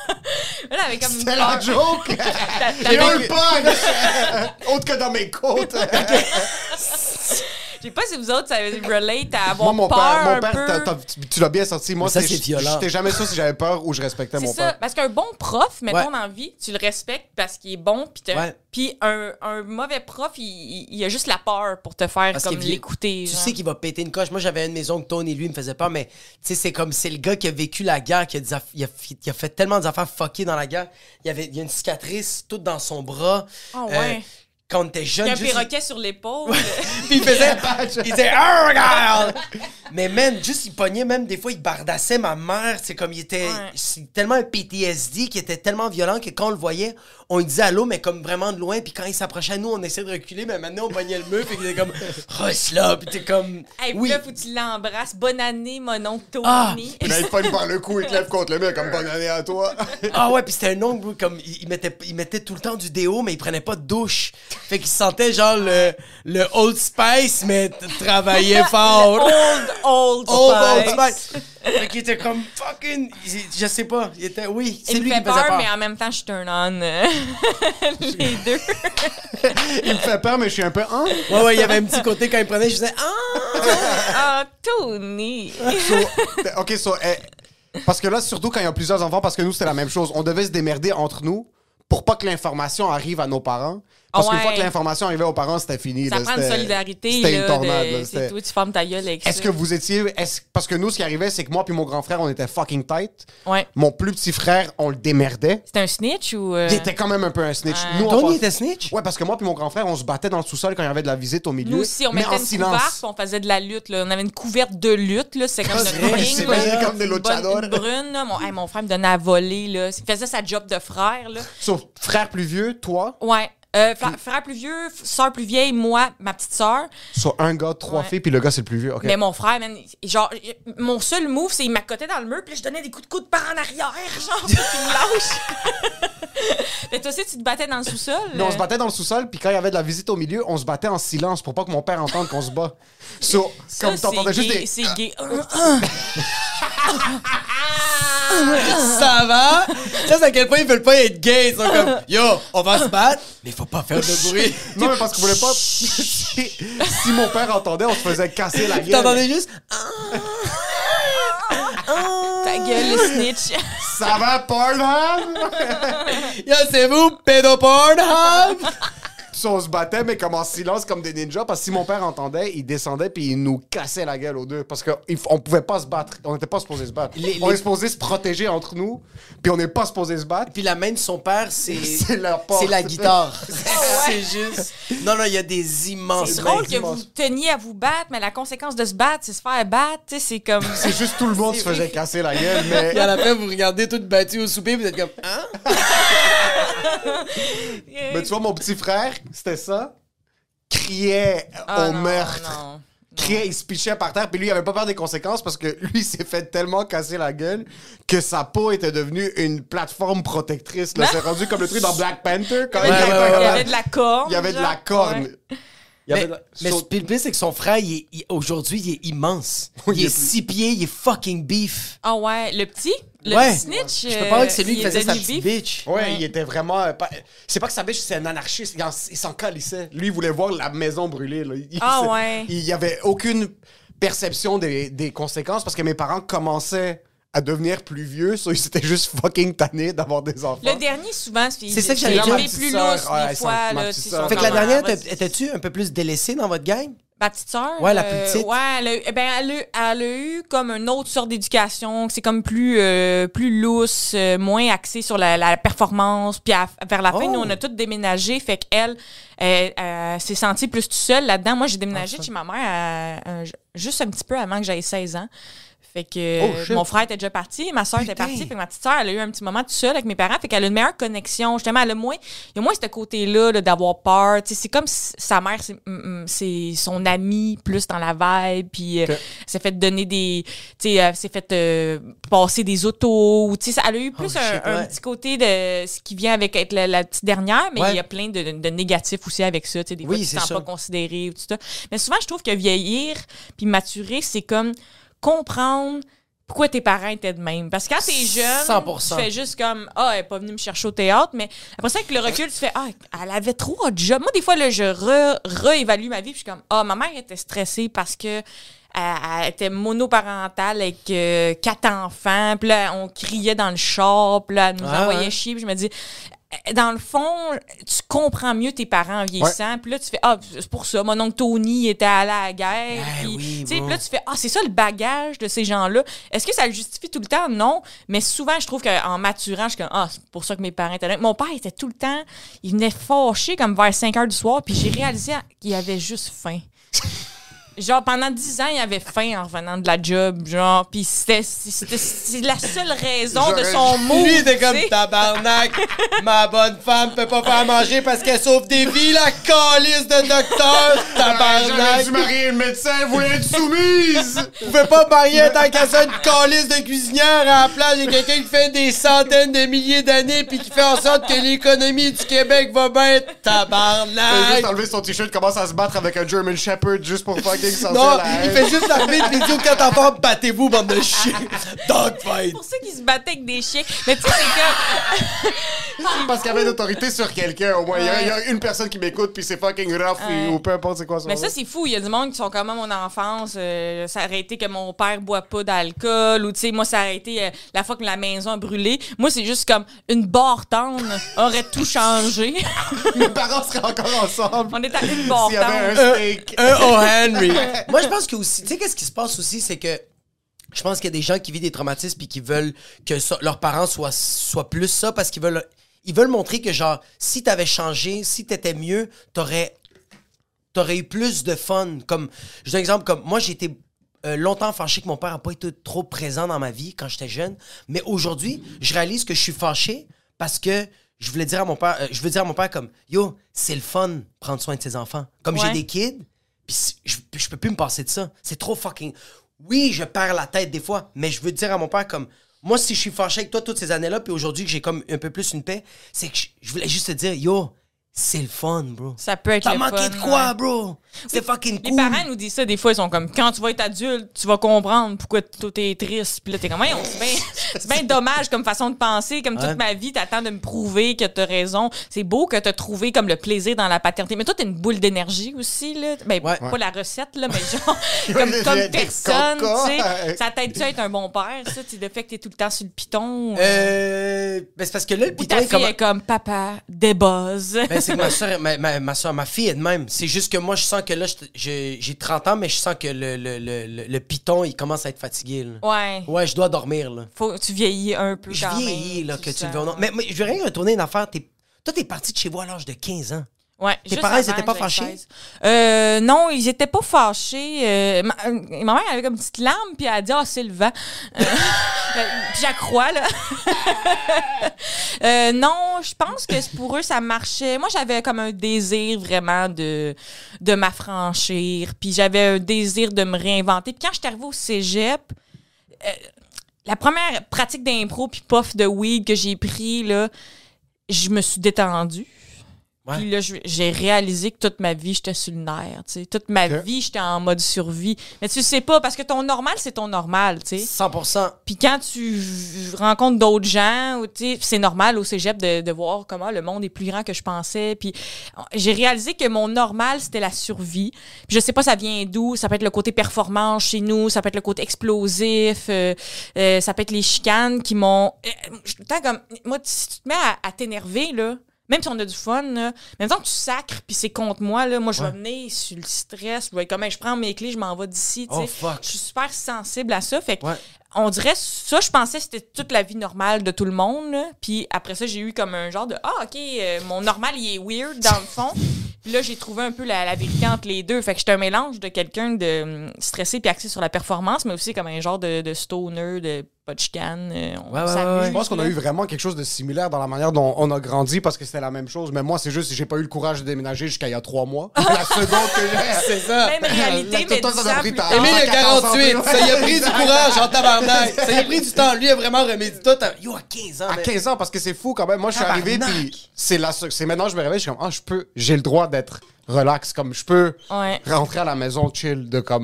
Là, avec comme une C'est la peur. joke! T'as- J'ai t'avais- un peur! Autre que dans mes côtes! Je sais pas si vous autres, ça relate à avoir Moi, mon peur père, mon un père peu. t'as- t'as- tu, tu l'as bien sorti. Moi, ça, c'est- c'est violent. J'étais jamais sûr si j'avais peur ou je respectais C'est mon ça, père. parce qu'un bon prof, mettons Ouais. dans la vie, tu le respectes parce qu'il est bon, puis t'as- Ouais. puis un, un mauvais prof, il, il, il a juste la peur pour te faire Parce comme qu'il vient- l'écouter. Tu genre. sais qu'il va péter une coche. Moi, j'avais un de mes oncles, Tony, lui, il me faisait peur, mais tu sais, c'est comme, c'est le gars qui a vécu la guerre, qui a, des aff- il a, fi- il a fait tellement d'affaires fuckées dans la guerre. Il y avait, il y a une cicatrice toute dans son bras. Ah ouais. Quand on était Il y jeune, a un juste- perroquet sur l'épaule. Puis il faisait. Il disait, oh, regarde! Mais man, juste, il pognait même, des fois, il bardassait ma mère. C'est comme, il était. Ouais. C'est tellement un P T S D qui était tellement violent que quand on le voyait, on lui disait allô, mais comme vraiment de loin. Puis quand il s'approchait à nous, on essayait de reculer, mais maintenant, on pognait le mur. Puis il était comme, reste là. Puis t'es comme. Hey, puis oui. là, faut que tu l'embrasses. Bonne année, mon oncle Tony. Ah! Puis là, il pogne par le cou, il te lève contre le mur comme bonne année à toi. Ah ouais, puis c'était un oncle, bro, comme il, il mettait, il mettait tout le temps du déo, mais il prenait pas de douche. Fait qu'il sentait genre le, le Old Spice, mais t- travaillait fort. Old, old, Old, Old Spice. Spice. Fait qu'il était comme fucking. il- Je sais pas. Il était. Oui, c'est Il lui me qui fait me faisait peur, peur. mais en même temps, je turn on euh, les deux. Il me fait peur, mais je suis un peu. Hein? Ouais, ouais, il y avait un petit côté quand il prenait, je disais ah! Ah, Tony. So, ok, so, eh, parce que là, surtout quand il y a plusieurs enfants, parce que nous, c'était la même chose. On devait se démerder entre nous pour pas que l'information arrive à nos parents. Parce Ah qu'une fois ouais. que l'information arrivait aux parents, c'était fini. Ça là, prend une c'était- solidarité. C'était là, une tornade. de- là, C'est c'était- toi, tu fermes ta gueule avec Est-ce ça. que vous étiez. Est-ce- Parce que nous, ce qui arrivait, c'est que moi puis mon grand frère, on était fucking tight. Ouais. Mon plus petit frère, on le démerdait. C'était un snitch ou. euh, Il était quand même un peu un snitch. Ouais. Nous, on Tony pense- était snitch? Ouais, parce que moi puis mon grand frère, on se battait dans le sous-sol quand il y avait de la visite au milieu. Nous aussi, on mais mettait en une silence. couverte, puis on faisait de la lutte. Là. On avait une couverte de lutte. Là. C'est comme Ah, notre c'est vrai, ring. c'est là. vrai, comme des Une bonne- luchadors. une brune. Là. Mon, hey, mon frère me donnait à voler. Là. Il faisait sa job de frère. Là. Sauf frère plus vieux, toi, Ouais. Euh, fra- frère plus vieux, f- sœur plus vieille, moi, ma petite sœur. sur un gars, trois Ouais. filles, puis le gars, c'est le plus vieux. OK. Mais mon frère, man, il- genre, il- mon seul move, c'est qu'il m'accotait dans le mur, puis là, je donnais des coups de coude par en arrière, genre, pour qu'il me lâche. Mais toi aussi, tu te battais dans le sous-sol? Mais on euh? se battait dans le sous-sol, puis quand il y avait de la visite au milieu, on se battait en silence pour pas que mon père entende qu'on se bat. So, Ça, comme t'entendais c'est juste gay, des. c'est gay. Ça va? Ça, c'est à quel point ils veulent pas être gays. Ils sont comme, yo, on va se battre, mais faut pas faire de bruit. Non, mais parce qu'on voulait pas. si, si mon père entendait, on se faisait casser la gueule. T'entendais juste. Ta gueule, le snitch. Ça va, Pornhub? Yo, c'est vous, pédopornhub? So, on se battait, mais comme en silence, comme des ninjas, parce que si mon père entendait, il descendait puis il nous cassait la gueule aux deux. Parce qu'on pouvait pas se battre. On n'était pas supposé se battre. Les- on les- est supposé se protéger entre nous, puis on n'est pas supposé se battre. Puis la main de son père, c'est. C'est la porte. C'est la guitare. C'est juste. Non, non, il y a des immenses. C'est mains. drôle que vous teniez à vous battre, mais la conséquence de se battre, c'est se faire battre. Tu sais, c'est comme. C'est juste tout le monde se faisait casser la gueule, mais. Puis à la fin, vous regardez tout battu au souper, vous êtes comme. Hein? Mais tu vois, mon petit frère, c'était ça. Criait Ah au non, meurtre. non. Criait, il se pichait par terre, puis lui, il avait pas peur des conséquences parce que lui, il s'est fait tellement casser la gueule que sa peau était devenue une plateforme protectrice. Là. C'est rendu comme le truc dans Black Panther. Quand il, Ouais, était ouais, pas ouais, Il y capable- avait de la corne. il y avait de la genre. corne. Ouais. Il y avait Mais, de la- mais So- puis le pire, c'est que son frère, il est- il- aujourd'hui, il est immense. Oui, il il est est plus- six pieds, il est fucking beef. Ah ouais, le petit? Le Ouais. petit snitch? Je peux pas dire que c'est euh, lui qui il faisait est sa devenu petite beef. bitch. Ouais, Ouais. il était vraiment. euh, pas- C'est pas que sa biche, c'est un anarchiste. Il, en- il s'en calissait. Lui, il voulait voir la maison brûler. Là. Il, Ah c'est- ouais. Il y avait aucune perception des, des conséquences parce que mes parents commençaient à devenir plus vieux. So ils étaient juste fucking tannés d'avoir des enfants. Le dernier, souvent, c'est C'est ça que c'est j'allais les dire. bébés Ma petite plus sœur, lousses, ouais, des son- fois. ma Là, petite tu sais, sœur. sont Fait que la comme, dernière, ah, vas-y. t'es- étais-tu un peu plus délaissée dans votre gang? Ma petite sœur. Ouais, la plus petite. Ouais, elle a, eh ben, elle, a, elle a eu comme une autre sorte d'éducation, que c'est comme plus, euh, plus lousse, euh, moins axée sur la, la performance. Puis à- vers la fin, Oh. nous, on a toutes déménagé. Fait qu'elle, elle, elle s'est sentie plus toute seule là-dedans. Moi, j'ai déménagé de chez ma mère à- à- juste un petit peu avant que j'aie seize ans. Fait que Oh, euh, shit. mon frère était déjà parti, ma soeur était Putain. partie, fait que ma petite soeur, elle a eu un petit moment toute seule avec mes parents, fait qu'elle a une meilleure connexion. Justement, elle a moins, il y a moins ce côté-là là, d'avoir peur. Tu sais, c'est comme si sa mère, c'est, mm, mm, c'est son amie plus dans la vibe, puis euh, Ok. elle s'est fait donner des, tu sais, elle s'est fait euh, passer des autos. Tu sais, ça- elle a eu plus Oh, un, shit, un ouais. petit côté de ce qui vient avec être la, la petite dernière, mais Ouais. il y a plein de, de négatifs aussi avec ça. Tu sais, des fois, Oui, tu te c'est sens ça. pas considéré ou tout ça. Mais souvent, je trouve que vieillir puis maturer, c'est comme comprendre pourquoi tes parents étaient de même. Parce que quand t'es jeune, cent pour cent. tu fais juste comme, ah, elle est pas venue me chercher au théâtre, mais après ça, avec le recul, tu fais, ah, elle avait trop de job. Moi, des fois, là, je re- réévalue ma vie, puis je suis comme, ah, ma mère était stressée parce que elle, elle était monoparentale avec euh, quatre enfants, puis là, on criait dans le char, puis là, elle nous Ah, envoyait ouais. chier, puis je me dis, dans le fond, tu comprends mieux tes parents en vieillissant. Ouais. Puis là, tu fais, ah, c'est pour ça. Mon oncle Tony était allé à la guerre. Ah, puis, oui, tu sais, bon. puis là, tu fais, ah, c'est ça le bagage de ces gens-là. Est-ce que ça le justifie tout le temps? Non. Mais souvent, je trouve qu'en maturant, je suis comme, ah, c'est pour ça que mes parents étaient là. Mon père était tout le temps, il venait fâché comme vers cinq heures du soir. Puis j'ai réalisé qu'il avait juste faim. Genre, pendant dix ans, il avait faim en revenant de la job, genre, pis c'était, c'était, c'est la seule raison J'aurais- de son mot. Lui, t'es comme t'sais. tabarnak. Ma bonne femme peut pas faire manger parce qu'elle sauve des vies, la calice de docteur, J'aurais tabarnak. dû marier le médecin, vous voulez être soumise! Vous pouvez pas marier tant qu'à ça une calice de cuisinière à la place de quelqu'un qui fait des centaines de milliers d'années puis qui fait en sorte que l'économie du Québec va bien, Il a juste tabarnak. enlevé son t-shirt, commence à se battre avec un German Shepherd juste pour fucking sortir Non, la il haine. fait juste l'armée de vidéo quand enfants, battez-vous, bande de chiens. Dogfight. C'est pour ça qu'ils se battaient avec des chiens. Mais tu sais, c'est comme. Parce qu'il y avait une autorité sur quelqu'un, au moins. Il y a- il y, a une personne qui m'écoute, puis c'est fucking rough, Ouais. ou peu importe c'est quoi son Mais ça, nom. c'est fou. Il y a du monde qui sont comme à mon enfance. Euh, ça aurait été que mon père boit pas d'alcool. Ou, tu sais, moi, ça aurait été euh, la fois que la maison a brûlé. Moi, c'est juste comme une barre tendre aurait tout changé. Mes parents seraient encore ensemble. On est à une barre S'il y avait tendre. un steak. Un O. Henry. Moi, je pense que aussi, tu sais, qu'est-ce qui se passe aussi, c'est que je pense qu'il y a des gens qui vivent des traumatismes puis qui veulent que ça- leurs parents soient, soient plus ça parce qu'ils veulent, ils veulent montrer que, genre, si t'avais changé, si t'étais mieux, t'aurais, t'aurais eu plus de fun. Comme, je donne un exemple, comme moi, j'ai été euh, longtemps fâché que mon père n'a pas été trop présent dans ma vie quand j'étais jeune, mais aujourd'hui, je réalise que je suis fâché parce que je voulais dire à mon père, euh, je veux dire à mon père comme, yo, c'est le fun prendre soin de ses enfants. Comme j'ai Ouais. des kids, puis c- je, je peux plus me passer de ça. C'est trop fucking... Oui, je perds la tête des fois, mais je veux dire à mon père comme... Moi, si je suis fâché avec toi toutes ces années-là, puis aujourd'hui que j'ai comme un peu plus une paix, c'est que je, je voulais juste te dire, yo, c'est le fun, bro. Ça peut être T'as le manqué fun, de quoi, ouais. bro? C'est fucking Les cool. parents nous disent ça des fois, ils sont comme quand tu vas être adulte, tu vas comprendre pourquoi tout est triste. Puis là, t'es comme, ouais, c'est bien c'est bien dommage comme façon de penser. Comme Ouais. toute ma vie, t'attends de me prouver que t'as raison. C'est beau que t'as trouvé comme le plaisir dans la paternité. Mais toi, t'es une boule d'énergie aussi, là. Ben, Ouais. pas la recette, là, mais genre, comme, Des- comme des personne, cocas. tu sais. Ça t'aide-tu à être un bon père, ça? Tu sais, le fait que t'es tout le temps sur le piton. euh, Euh... Ben, c'est parce que là, le ou piton ta est fille comme... est comme, papa, débuzz. Ben, c'est que ma soeur, ma, ma, ma soeur, ma fille est de même. C'est juste que moi, je sens que là, je- je- j'ai trente ans, mais je sens que le, le, le, le, le piton, il commence à être fatigué, là. Ouais. Ouais, je dois dormir, là. Faut que tu vieillis un peu Je quand vieillis, même. là, que tu le sens. veux ou non. Mais, mais je vais rien retourner une affaire. T'es- toi, t'es parti de chez vous à l'âge de quinze ans. Ouais, Tes juste parents, ils avant étaient pas que j'aie fâchés? seize. Euh, non, ils étaient pas fâchés. Euh, ma, euh, ma mère avait comme une petite larme, puis elle a dit « Ah, c'est le vent. Euh, » Puis j'accrois, là. euh, non, je pense que pour eux, ça marchait. Moi, j'avais comme un désir vraiment de, de m'affranchir, puis j'avais un désir de me réinventer. Puis quand je suis arrivée au cégep, euh, la première pratique d'impro puis puff de weed que j'ai pris, là, je me suis détendue. Ouais. Puis là, je- j'ai réalisé que toute ma vie, j'étais sur le nerf, tu sais. Toute ma Ok. vie, j'étais en mode survie. Mais tu sais pas, parce que ton normal, c'est ton normal, tu sais. cent pour cent. Puis quand tu v- rencontres d'autres gens, ou, tu sais, c'est normal au cégep de, de voir comment le monde est plus grand que je pensais. Puis j'ai réalisé que mon normal, c'était la survie. Puis je sais pas ça vient d'où. Ça peut être le côté performance chez nous, ça peut être le côté explosif, euh, euh, ça peut être les chicanes qui m'ont... euh, je suis tout le temps comme... Moi, si tu te mets à, à t'énerver, là, même si on a du fun, là, même temps que tu sacres puis c'est contre moi, là, moi, je vais venir sur le stress. Je vais être comme, hey, je prends mes clés, je m'en vais d'ici. tu sais. Oh, fuck. Je suis super sensible à ça. Fait que Ouais. on dirait, ça, je pensais que c'était toute la vie normale de tout le monde. là. Puis après ça, j'ai eu comme un genre de, ah, OK, euh, mon normal, il est weird dans le fond. Puis là, j'ai trouvé un peu la, la vérité entre les deux. Fait que j'étais un mélange de quelqu'un de hum, stressé puis axé sur la performance, mais aussi comme un genre de, de stoner, de pas de chicane. euh, on Ouais, ouais, s'amuse, ouais. Je pense qu'on a là. eu vraiment quelque chose de similaire dans la manière dont on a grandi parce que c'était la même chose. Mais moi, c'est juste que j'ai pas eu le courage de déménager jusqu'à il y a trois mois. La seconde que j'ai. C'est ça. Même réalité, mais Toi, dix ça t'a ans pris plus ta- tard. Émile, il a quarante-huit. Ouais. Ça y a pris du courage en tabarnak. Ça y a pris du temps. Lui, a vraiment remis du tout. Yo, à quinze ans. À mais- quinze ans, parce que c'est fou quand même. Moi, je suis arrivé, Tabarnak. puis c'est la- c'est maintenant, je me réveille, je suis comme, ah, je peux, j'ai le droit d'être relax. Comme, je peux Ouais. rentrer à la maison chill de comme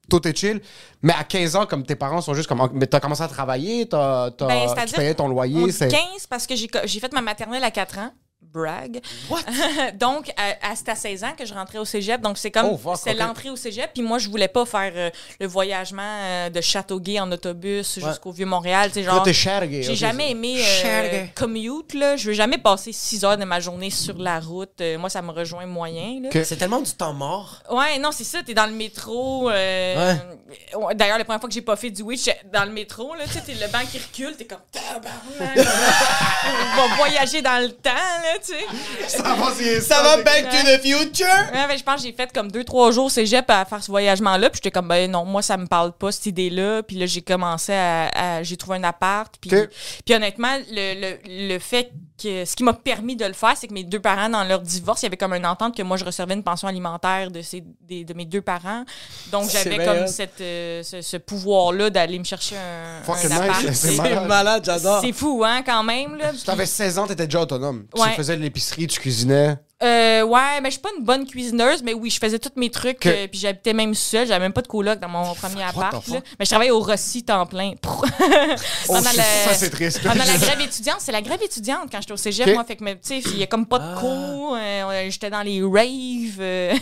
tout est chill. Mais à quinze ans, comme tes parents sont juste comme... Mais t'as commencé à travailler, t'as, t'as, Ben, tu payais ton loyer. On dit c'est... quinze parce que j'ai, j'ai fait ma maternelle à quatre ans. Brag. What? Donc, à, à, c'était à seize ans que je rentrais au cégep. Donc, c'est comme, oh, fuck, c'est okay. l'entrée au cégep. Puis moi, je voulais pas faire euh, le voyagement euh, de Châteauguay en autobus ouais. jusqu'au Vieux-Montréal. Genre, là, t'es Châteauguay. J'ai okay, jamais ça. aimé euh, commute. Là. Je veux jamais passer six heures de ma journée sur la route. Euh, moi, ça me rejoint moyen. Là. Okay. C'est tellement du temps mort. Ouais, non, c'est ça. T'es dans le métro. Euh, ouais. D'ailleurs, la première fois que j'ai pas fait du Witch, dans le métro, là, t'es le banc qui recule. T'es comme, tabarnak. On va voyager dans le temps, là, tu sais. Ça va, c'est ça va back to the future? Ouais, ben, je pense que j'ai fait comme deux, trois jours cégep à faire ce voyagement-là. Puis j'étais comme, ben non, moi, ça me parle pas, cette idée-là. Puis là, j'ai commencé à. à j'ai trouvé un appart. Puis, okay. puis honnêtement, le, le, le fait que. Ce qui m'a permis de le faire, c'est que mes deux parents, dans leur divorce, il y avait comme une entente que moi, je recevais une pension alimentaire de, ces, des, de mes deux parents. Donc, j'avais c'est comme cette, euh, ce, ce pouvoir-là d'aller me chercher un, un appart. Nice, c'est, c'est malade. malade, j'adore. C'est fou, hein, quand même. Là. Tu avais seize ans, t'étais déjà autonome. Ouais. Tu faisais de l'épicerie, tu cuisinais. Euh, ouais, mais je suis pas une bonne cuisineuse, mais oui, je faisais tous mes trucs, okay. euh, puis j'habitais même seule, j'avais même pas de coloc dans mon premier appart. Là. Mais je travaillais au Rossi temps plein. oh, pendant la, ça, c'est triste. Pendant la grève étudiante, c'est la grève étudiante quand j'étais au cégep, okay. moi, fait que, tu sais, il y a comme pas de ah. cours, euh, j'étais dans les raves. Euh...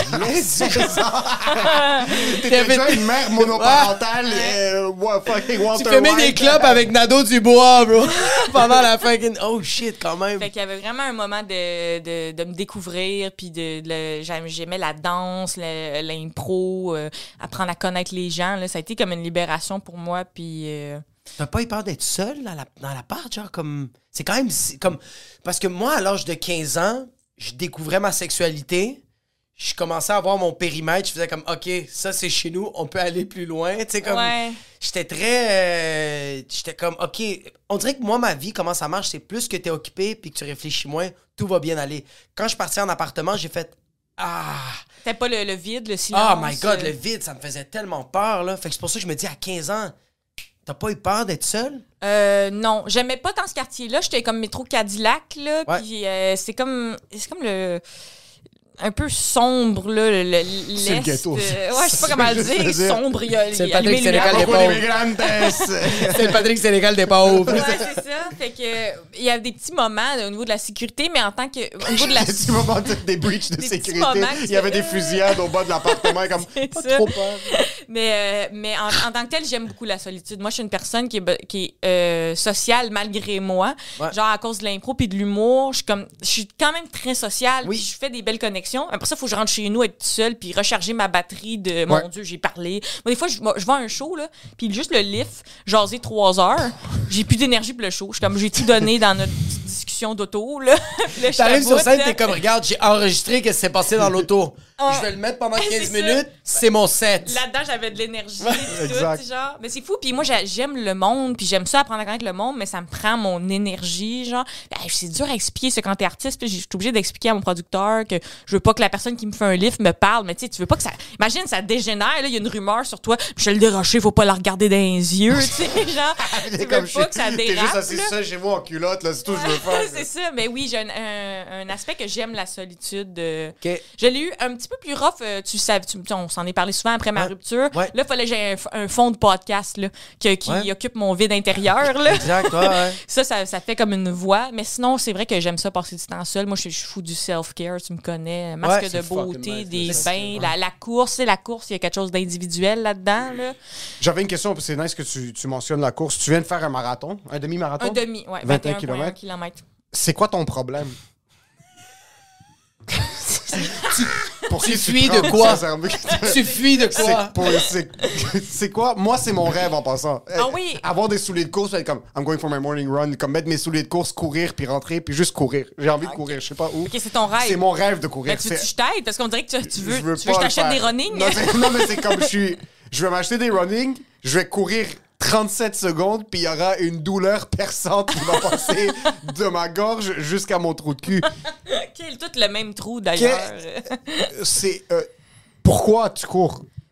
T'étais déjà une mère monoparentale, euh, fucking Walter Tu fumais des clopes avec Nado Dubois, bro, pendant la fucking... Oh shit, quand même. Fait qu'il y avait vraiment un moment de, de, de me découvrir, puis de, de, j'aimais la danse, le, l'impro, euh, apprendre à connaître les gens. Là, ça a été comme une libération pour moi, puis... Euh... T'as pas eu peur d'être seule dans, la, dans l'appart, genre, comme... C'est quand même... C'est comme... Parce que moi, à l'âge de quinze ans, je découvrais ma sexualité, je commençais à avoir mon périmètre, je faisais comme, OK, ça, c'est chez nous, on peut aller plus loin, tu sais, comme... Ouais. J'étais très... Euh, j'étais comme, OK, on dirait que moi, ma vie, comment ça marche, c'est plus que t'es occupé puis que tu réfléchis moins, tout va bien aller. Quand je suis parti en appartement, j'ai fait, ah... T'as pas le, le vide, le silence? Oh my God, le vide, ça me faisait tellement peur, là. Fait que c'est pour ça que je me dis, à quinze ans, t'as pas eu peur d'être seule? Euh, non, j'aimais pas dans ce quartier-là. J'étais comme métro Cadillac, là, ouais. puis euh, c'est comme... C'est comme le... un peu sombre, là, le, le, l'est. C'est le ghetto. Euh, ouais, je sais pas comment le dire. dire. Sombre, il y a... C'est le Patrick Sénégal des pauvres. C'est le Patrick Sénégal des pauvres. Ouais, c'est ça. Fait que, il y a des petits moments là, au niveau de la sécurité, mais en tant que... Au niveau de la... Des petits moments, de, des breaches de des sécurité. Il y avait des fusillades au bas de l'appartement, comme, pas ça. Trop peur. Mais, euh, mais en, en tant que tel, j'aime beaucoup la solitude. Moi, je suis une personne qui est, qui est euh, sociale malgré moi. Ouais. Genre, à cause de l'impro puis de l'humour, je suis comme... Je suis quand même très sociale. Oui. Je fais des belles connexions. Après ça, il faut que je rentre chez nous, être seule, puis recharger ma batterie de « Mon ouais. Dieu, j'ai parlé ». Moi, des fois, je, je vais à un show, là, puis juste le lift, jaser trois heures, j'ai plus d'énergie pour le show. Je suis comme, j'ai tout donné dans notre discussion d'auto, là. là T'arrives sur scène, t'es comme, regarde, j'ai enregistré ce qui s'est passé dans l'auto. Oh. Je vais le mettre pendant quinze minutes, c'est mon set. Là-dedans, j'avais de l'énergie et tout, genre. Mais c'est fou, puis moi, j'aime le monde, puis j'aime ça apprendre à connaître le monde, mais ça me prend mon énergie, genre. Ben, c'est dur à expliquer, ça, quand t'es artiste, puis je suis obligée d'expliquer à mon producteur que je veux pas que la personne qui me fait un livre me parle, mais tu sais, tu veux pas que ça... Imagine, ça dégénère, là, il y a une rumeur sur toi, Michel Desrochers, faut pas la regarder dans les yeux, tu sais, genre. Tu veux pas je, que ça dérape, t'es juste assis seul chez moi en culotte, là, c'est tout ce que je veux faire. C'est ça, mais oui, j'ai un, un, un aspect que j'aime, la solitude. Euh, okay. Je l'ai eu un petit peu plus rough, euh, tu sais, tu, on s'en est parlé souvent après ma ouais. rupture. Ouais. Là, il fallait que j'ai un, un fond de podcast, là, qui, qui ouais. occupe mon vide intérieur, là. Exact, ouais, ouais. ça, ça, ça fait comme une voix, mais sinon, c'est vrai que j'aime ça passer du temps seul. Moi, je suis fou du self-care, tu me connais, masque ouais, de beauté, des bains, la, la course, la course, il y a quelque chose d'individuel là-dedans, là. J'avais une question, c'est nice que tu, tu mentionnes la course. Tu viens de faire un marathon, un demi-marathon? Un demi, oui. vingt et un kilomètres. C'est quoi ton problème? Pour tu fuis de quoi? Tu fuis de quoi? C'est, c'est quoi? Moi, c'est mon rêve en passant. Ah oui? Avoir des souliers de course, être comme I'm going for my morning run, comme mettre mes souliers de course, courir, puis rentrer, puis juste courir. J'ai envie de okay. courir, je sais pas où. OK, c'est ton rêve. C'est mon rêve de courir. Mais tu veux que je t'aide? Parce qu'on dirait que tu, tu veux, je veux, tu veux que je t'achète des running? Non, non, mais c'est comme je suis... Je vais m'acheter des running, je vais courir trente-sept secondes, puis il y aura une douleur perçante qui va passer de ma gorge jusqu'à mon trou de cul. Quel tout le même trou, d'ailleurs. C'est... Euh, pourquoi tu cours?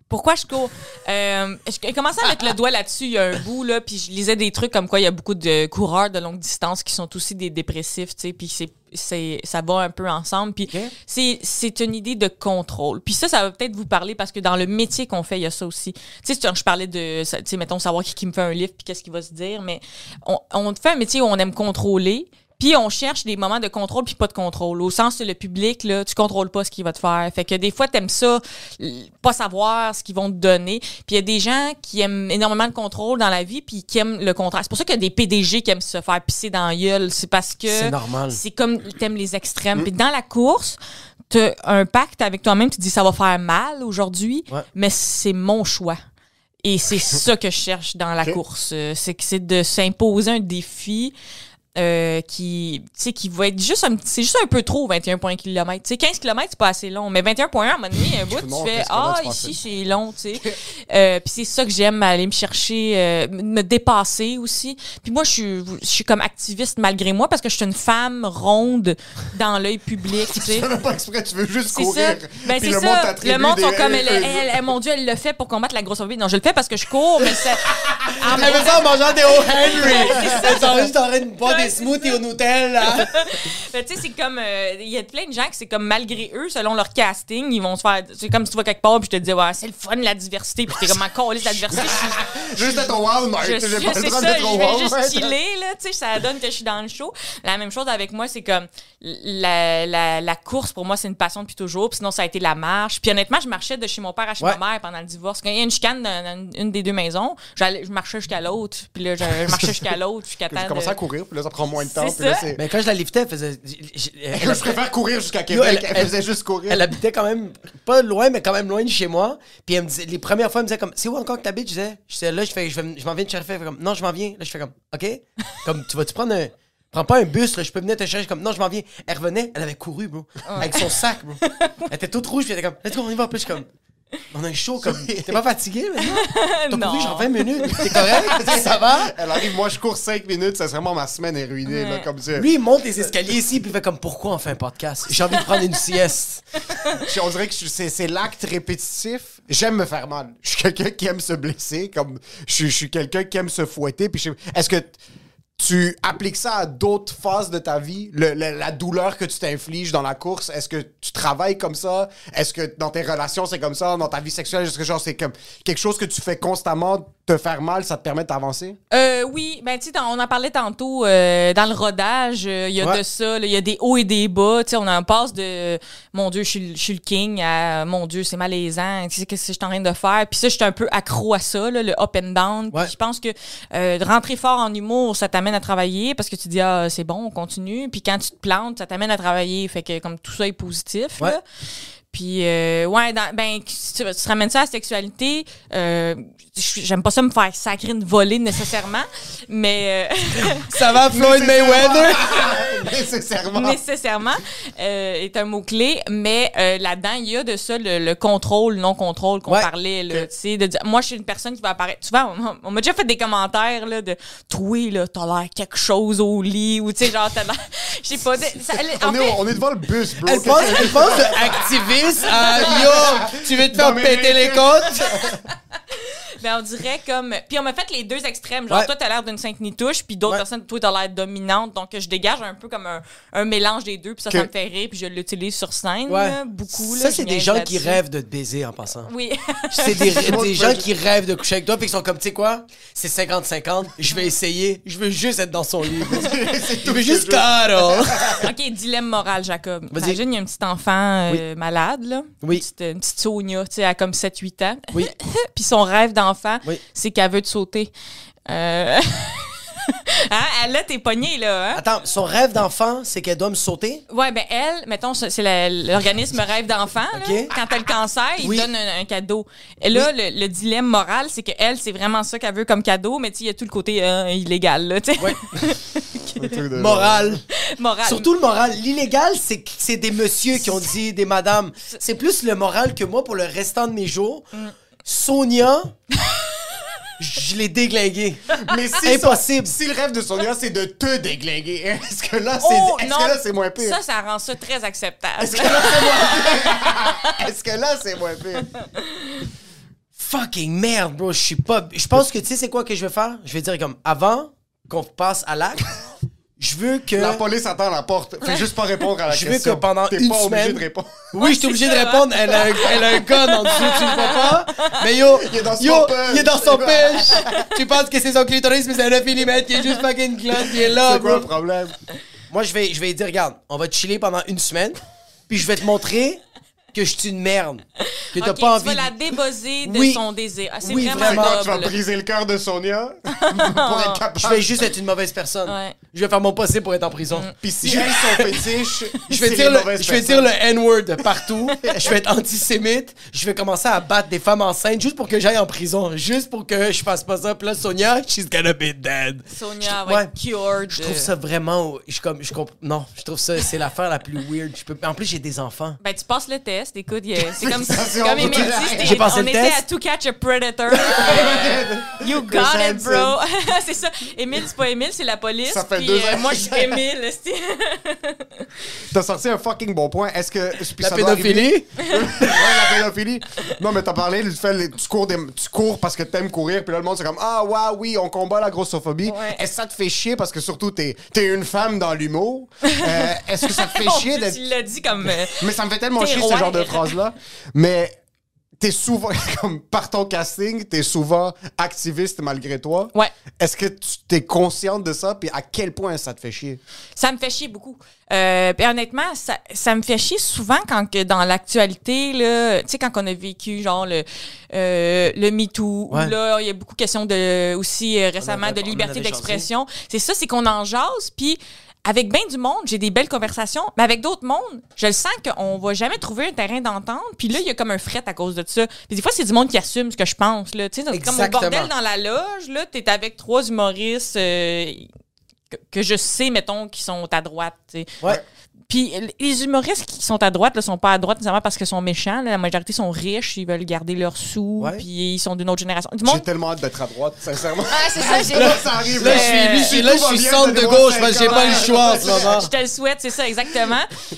Pourquoi je cours? Euh, je commençais à mettre le doigt là-dessus il y a un bout, là, puis je lisais des trucs comme quoi il y a beaucoup de coureurs de longue distance qui sont aussi des dépressifs, tu sais, puis c'est, c'est, ça va un peu ensemble. Puis okay. c'est, c'est une idée de contrôle. Puis ça, ça va peut-être vous parler parce que dans le métier qu'on fait, il y a ça aussi. Tu sais, je parlais de, tu sais, mettons, savoir qui, qui me fait un livre puis qu'est-ce qu'il va se dire, mais on, on fait un métier où on aime contrôler. Puis on cherche des moments de contrôle puis pas de contrôle. Au sens que le public, là, tu contrôles pas ce qu'il va te faire. Fait que des fois, t'aimes ça, pas savoir ce qu'ils vont te donner. Puis il y a des gens qui aiment énormément le contrôle dans la vie puis qui aiment le contraire. C'est pour ça qu'il y a des P D G qui aiment se faire pisser dans la gueule. C'est parce que... C'est normal. C'est comme t'aimes les extrêmes. Puis dans la course, t'as un pacte avec toi-même. Tu te dis, ça va faire mal aujourd'hui, ouais. mais c'est mon choix. Et c'est ça que je cherche dans la okay. course. C'est que c'est de s'imposer un défi... Euh, qui, tu sais, qui va être juste un, c'est juste un peu trop, vingt et un virgule un kilomètres. Tu sais, quinze kilomètres, c'est pas assez long. Mais vingt et un virgule un, à un moment donné, un bout, tu fais, ah, ici, c'est long, tu sais. euh, puis c'est ça que j'aime, aller me chercher, euh, me dépasser aussi. Puis moi, je suis, je suis comme activiste malgré moi parce que je suis une femme ronde dans l'œil public, tu sais. Tu fais pas exprès, tu veux juste c'est courir. Ça. Ben, c'est le ça. Monde le monde sont des... comme, elle, elle, elle, mon Dieu, elle le fait pour combattre la grossophobie. Non, je le fais parce que je cours, mais c'est. En même temps, en mangeant des O. Henry. Elle s'en juste en train de boire des smoothies au Nutella. Tu sais, c'est comme. Il euh, y a plein de gens qui, c'est comme malgré eux, selon leur casting, ils vont se faire. C'est comme si tu vas quelque part, puis je te dis, ouais, c'est le fun, la diversité, puis t'es comme encore liste de la diversité. Juste à ton Walmart. Je, je, j'ai pas c'est le droit ça, d'être au je vais Walmart. juste chiller, là. Tu sais, ça donne que je suis dans le show. La même chose avec moi, c'est comme. La, la, la course, pour moi, c'est une passion depuis toujours. Puis sinon, ça a été la marche. Puis honnêtement, je marchais de chez mon père à chez ouais. ma mère pendant le divorce. Quand il y a une chicane dans une des deux maisons, je marchais jusqu'à l'autre. Puis là, je, je marchais jusqu'à l'autre. Jusqu'à temps. Je commençais à courir, puis là, ça prend moins de temps. C'est puis là, ça. c'est... Mais quand je la liftais, elle faisait. Elle, je préfère courir jusqu'à Québec. Elle, elle, elle faisait juste courir. Elle habitait quand même, pas loin, mais quand même loin de chez moi. Puis elle me disait, les premières fois, elle me disait comme, c'est où encore que t'habites? Je disais, je disais, là, je, fais, je, vais, je m'en viens te chercher. Elle fait comme, non, je m'en viens. Là, je fais comme, OK. Comme, tu vas-tu prendre un. Prends pas un bus, là, je peux venir te chercher. Comme, non, je m'en viens. Elle revenait, elle avait couru, bro. Oh. Avec son sac, bro. Elle était toute rouge, puis elle était comme, let's go, on y va. Puis je suis comme, on a un show, comme, t'es pas fatigué maintenant? T'as non. couru genre vingt minutes. T'es correct? Ça va? Elle arrive, moi, je cours cinq minutes, ça serait vraiment ma semaine est ruinée, ouais. là, comme ça. Lui, il monte les escaliers ici, puis il fait comme, pourquoi on fait un podcast? J'ai envie de prendre une sieste. On dirait que c'est, c'est l'acte répétitif. J'aime me faire mal. Je suis quelqu'un qui aime se blesser, comme, je, je suis quelqu'un qui aime se fouetter, puis je, est-ce que tu appliques ça à d'autres phases de ta vie? Le, le, la douleur que tu t'infliges dans la course, est-ce que tu travailles comme ça? Est-ce que dans tes relations, c'est comme ça? Dans ta vie sexuelle, est-ce que genre, c'est comme quelque chose que tu fais constamment, te faire mal, ça te permet d'avancer? Euh, oui, ben tu sais, on en parlait tantôt, euh, dans le rodage, il euh, y a ouais. de ça, il y a des hauts et des bas, tu sais, on en passe de « mon Dieu, je suis, je suis le king » à « mon Dieu, c'est malaisant, tu sais, qu'est-ce que je suis en train de faire? » Puis ça, je suis un peu accro à ça, là, le up and down. Puis ouais. je pense que euh, de rentrer fort en humour, ça t'amène à travailler parce que tu dis « ah, c'est bon, on continue ». Puis quand tu te plantes, ça t'amène à travailler, fait que comme tout ça est positif, ouais. là. Puis, euh, ouais, dans, ben, tu, tu te ramènes ça à la sexualité. Euh, j'aime pas ça me faire sacrer une volée nécessairement, mais. Euh, ça va, Floyd Mayweather? Nécessairement. Nécessairement euh, est un mot-clé, mais euh, là-dedans, il y a de ça le, le contrôle, non-contrôle qu'on ouais. parlait. Là, okay. de dire, moi, je suis une personne qui va apparaître. Souvent, on, on m'a déjà fait des commentaires là, de toi, là, t'as l'air quelque chose au lit, ou tu sais, genre, t'as l'air. Je sais pas. Ça, on, en est, fait, on est devant le bus, bro. Elle pense, elle pense de activiste. Ah, yo, tu veux te faire péter les côtes? Ben, on dirait comme. Puis on m'a fait les deux extrêmes. Genre, ouais. toi, t'as l'air d'une Sainte-Nitouche, puis d'autres ouais. personnes, toi, t'as l'air dominante. Donc, je dégage un peu comme un, un mélange des deux, puis ça, okay. ça me fait rire, puis je l'utilise sur scène, ouais. là, beaucoup. Ça, là, c'est des gens qui rêvent de te baiser en passant. Oui. C'est des, des gens qui rêvent de coucher avec toi, puis qui sont comme, tu sais quoi? C'est cinquante cinquante, je vais essayer, je veux juste être dans son lit. Je veux juste Carol. OK, dilemme moral, Jacob. Vas-y. Imagine, il y a un petit enfant euh, oui. malade, là. Oui. Une petite, une petite Sonia, tu sais, à comme sept huit ans. Oui. Puis son rêve d'enfant, oui. c'est qu'elle veut te sauter. Euh... hein? Là, t'es pognée, là. Hein? Attends, son rêve d'enfant, c'est qu'elle doit me sauter? Ouais, ben elle, mettons, c'est la, l'organisme Rêve d'enfant. Okay. Là, quand t'as le cancer, il oui. donne un, un cadeau. Et là, oui. le, le dilemme moral, c'est qu'elle, c'est vraiment ça qu'elle veut comme cadeau, mais tu sais, il y a tout le côté euh, illégal, là, tu sais. Ouais. Moral. Moral. Surtout le moral. L'illégal, c'est, c'est des messieurs qui ont dit, des madames. C'est plus le moral que moi pour le restant de mes jours. Mm. Sonia... Je l'ai déglingué. Mais si impossible. Ça, si le rêve de Sonia, c'est de te déglinguer, est-ce que là, c'est, oh, est-ce non, que là, c'est moins pire? Ça, ça rend ça très acceptable. Est-ce que là, c'est moins pire? Est-ce que là, c'est moins pire? fucking merde, bro. Je suis pas. Je pense que tu sais, c'est quoi que je vais faire? Je vais dire comme avant qu'on passe à l'acte, je veux que. La police attend à la porte. Fais juste pas répondre à la je question. veux que pendant T'es une pas semaine. obligé de répondre. Oui, je suis obligé de répondre. Elle a, un, elle a un gun en dessous, tu le vois pas? Mais yo, Il est dans son yo, punch. il est dans son punch. Tu penses que c'est son clitoris, mais c'est un neuf millimètres qui est juste fucking clotte, qui est là, C'est bro. quoi le problème? Moi, je vais, je vais dire, regarde, on va te chiller pendant une semaine, puis je vais te montrer que je suis une merde. Que t'as Ok, pas tu envie. vas de- la débosser de Oui. son désir. Ah, c'est Oui, vraiment, vraiment. Tu vas noble. briser le cœur de Sonia pour être capable. Je vais juste être une mauvaise personne. Ouais. Je vais faire mon possible pour être en prison. Puis si elle, son fétiche, Je vais, c'est dire les le, mauvaises je vais dire personnes. le N-word partout. Je vais être antisémite. Je vais commencer à battre des femmes enceintes juste pour que j'aille en prison. Juste pour que je fasse pas ça. Puis là, Sonia, she's gonna be dead. Sonia Je- va ouais. être cured. Je trouve ça vraiment... Je, comme, je comp- non, je trouve ça... C'est l'affaire la plus weird. Je peux, en plus, j'ai des enfants. Ben, tu passes le test. Écoute, il y a- c'est comme, Félicitations, comme Emile vous- dit, c'était- J'ai passé on le était test. à To Catch a Predator. Euh, you got it, Hansen. bro. C'est ça. Émile, c'est pas Émile, c'est la police. Ça fait puis, deux euh, ans. moi, je suis Émile. c'est- T'as sorti un fucking bon point. Est-ce que. puis La ça doit arriver- pédophilie? Ouais, la pédophilie. Non, mais t'as parlé du fait que tu cours, des- tu cours parce que t'aimes courir, puis là, le monde, c'est comme Ah, ouais, oui, on combat la grossophobie. Ouais. Est-ce que ça te fait chier parce que surtout, t'es, t'es une femme dans l'humour? Euh, est-ce que ça te fait Mon chier Dieu, d'être. tu l'as dit comme... euh, Mais ça me fait tellement T'es chier, ce roi. genre de phrase-là. Mais t'es souvent, comme par ton casting, t'es souvent activiste malgré toi. Ouais. Est-ce que tu t'es consciente de ça, puis à quel point ça te fait chier? Ça me fait chier beaucoup. Euh, puis honnêtement, ça, ça me fait chier souvent quand que dans l'actualité, là, tu sais, quand on a vécu genre le, euh, le MeToo, Ouais. où là, il y a beaucoup de questions de, aussi euh, récemment avait- de on en liberté avait d'expression. C'est ça, c'est qu'on en jase, puis avec bien du monde, j'ai des belles conversations, mais avec d'autres mondes, je le sens qu'on va jamais trouver un terrain d'entente, puis là, il y a comme un fret à cause de ça. Puis des fois, c'est du monde qui assume ce que je pense, là. Tu sais, comme au Exactement. bordel dans la loge, là, t'es avec trois humoristes euh, que, que je sais, mettons, qui sont à droite, tu sais. Ouais. Puis les humoristes qui sont à droite ne sont pas à droite nécessairement parce qu'ils sont méchants. là. La majorité sont riches, ils veulent garder leurs sous, Ouais. puis ils sont d'une autre génération. Du J'ai monde... tellement hâte d'être à droite, sincèrement. Ah, c'est ça, j'ai- Là, ça arrive. Là, je suis, lui, je suis- là, je suis centre de gauche parce que j'ai pas le choix en ce moment. Je te le souhaite, c'est ça, exactement.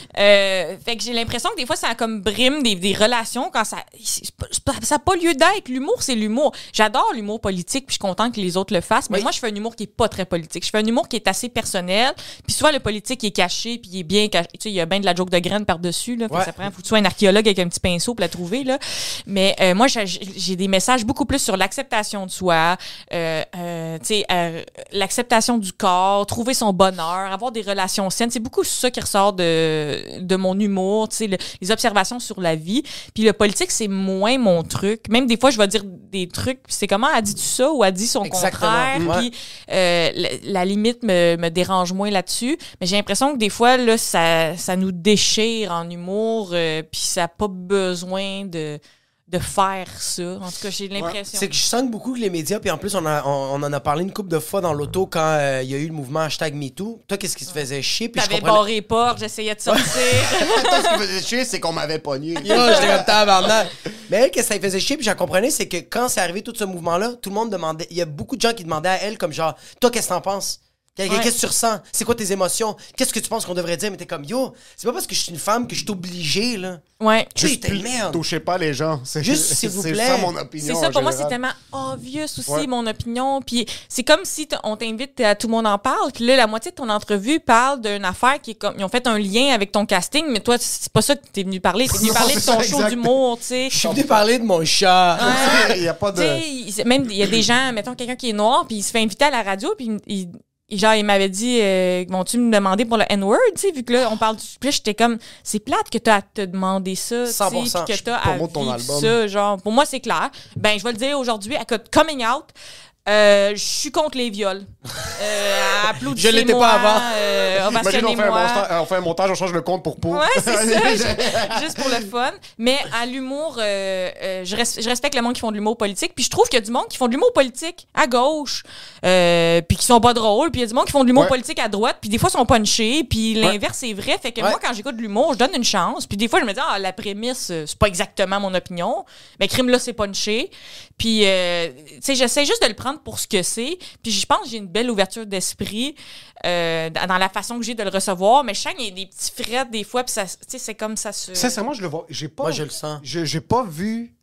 Euh, fait que j'ai l'impression que des fois, ça comme brime des, des relations quand ça c'est pas- c'est pas- ça n'a pas lieu d'être. L'humour, c'est l'humour. J'adore l'humour politique, puis je suis contente que les autres le fassent, mais Oui. moi, je fais un humour qui est pas très politique. Je fais un humour qui est assez personnel, puis soit le politique il est caché, puis il est bien caché. Tu sais, il y a bien de la joke de graines par-dessus, là. Fait que Ouais. ça prend, faut que tu sois un archéologue avec un petit pinceau pour la trouver, là. Mais euh, moi, j'ai, j'ai des messages beaucoup plus sur l'acceptation de soi, euh, euh, tu sais, euh, l'acceptation du corps, trouver son bonheur, avoir des relations saines. C'est beaucoup ça qui ressort de, de mon humour, tu sais, le- les observations sur la vie. Puis le politique, c'est moins mon truc. Même des fois, je vais dire des trucs, puis c'est comment, elle dit-tu ça ou elle dit son Exactement. contraire. Ouais. Puis euh, la, la limite me, me dérange moins là-dessus. Mais j'ai l'impression que des fois, là, ça, ça nous déchire en humour, euh, puis ça n'a pas besoin de, de faire ça. En tout cas, j'ai l'impression. C'est que je sens que beaucoup que les médias, puis en plus, on, a, on, on en a parlé une couple de fois dans l'auto quand euh, il y a eu le mouvement hashtag MeToo. Toi, qu'est-ce qui te faisait chier? Puis je T'avais comprenais... barré les portes, j'essayais de sortir. Toi, ce qui faisait chier, c'est qu'on m'avait pogné. Yo, j'étais comme tabarnak. Mais elle, qu'est-ce que ça lui faisait chier? Puis j'en comprenais, c'est que quand c'est arrivé tout ce mouvement-là, tout le monde demandait. Il y a beaucoup de gens qui demandaient à elle, comme genre, toi, qu'est-ce que t'en penses? Qu'est- Ouais. Qu'est-ce que tu ressens? C'est quoi tes émotions? Qu'est-ce que tu penses qu'on devrait dire? Mais t'es comme, yo, c'est pas parce que je suis une femme que je suis obligée, là. Ouais. Tu sais, Juste t'es plus merde. touchez pas les gens. C'est Juste, s'il vous c'est plaît. ça mon opinion. C'est ça, en pour moi, c'est général. tellement obvious aussi, Ouais. mon opinion. Puis c'est comme si t- on t'invite à Tout le monde en parle, puis là, la moitié de ton entrevue parle d'une affaire qui est comme. Ils ont fait un lien avec ton casting, mais toi, c'est pas ça que t'es venu parler. T'es venu Non, parler de c'est ton ça, show exact. d'humour, tu sais. Je suis venu parler de mon chat. Il y a pas Tu de. sais, il- même il y a des gens, mettons quelqu'un qui est noir, puis il se fait inviter à la radio, puis il, il- genre il m'avait dit euh, vont-tu me demander pour le N-word, tu sais, vu que là on parle du puis là, j'étais comme c'est plate que t'as à te demander ça, tu sais, cent pour cent. puis que Je t'as à promote ton vivre album. ça, genre pour moi c'est clair. Ben je vais le dire aujourd'hui, écoute, coming out. Euh, je suis contre les viols. Euh, applaudissez-moi. Je l'étais pas avant. Euh, Imagine, on fait, un ovationnez-moi. monta- euh, on fait un montage, on change le compte pour pour. Ouais, c'est ça. ju- Juste pour le fun. Mais à l'humour, euh, euh, je, res- je respecte le monde qui font de l'humour politique. Puis je trouve qu'il y a du monde qui font de l'humour politique à gauche, euh, puis qui sont pas drôles. Puis il y a du monde qui font de l'humour Ouais. politique à droite, puis des fois ils sont punchés. Puis l'inverse est vrai. Fait que Ouais. moi, quand j'écoute de l'humour, je donne une chance. Puis des fois, je me dis, ah, la prémisse, euh, c'est pas exactement mon opinion. Mais crime là, c'est punché. Puis, euh, tu sais, j'essaie juste de le prendre pour ce que c'est. Puis je pense que j'ai une belle ouverture d'esprit euh, dans dans la façon que j'ai de le recevoir. Mais je sens qu'il y a des petits frettes des fois, puis ça, tu sais, c'est comme ça se... Sincèrement, je le vois. J'ai pas. Moi, je le sens. Je- J'ai pas vu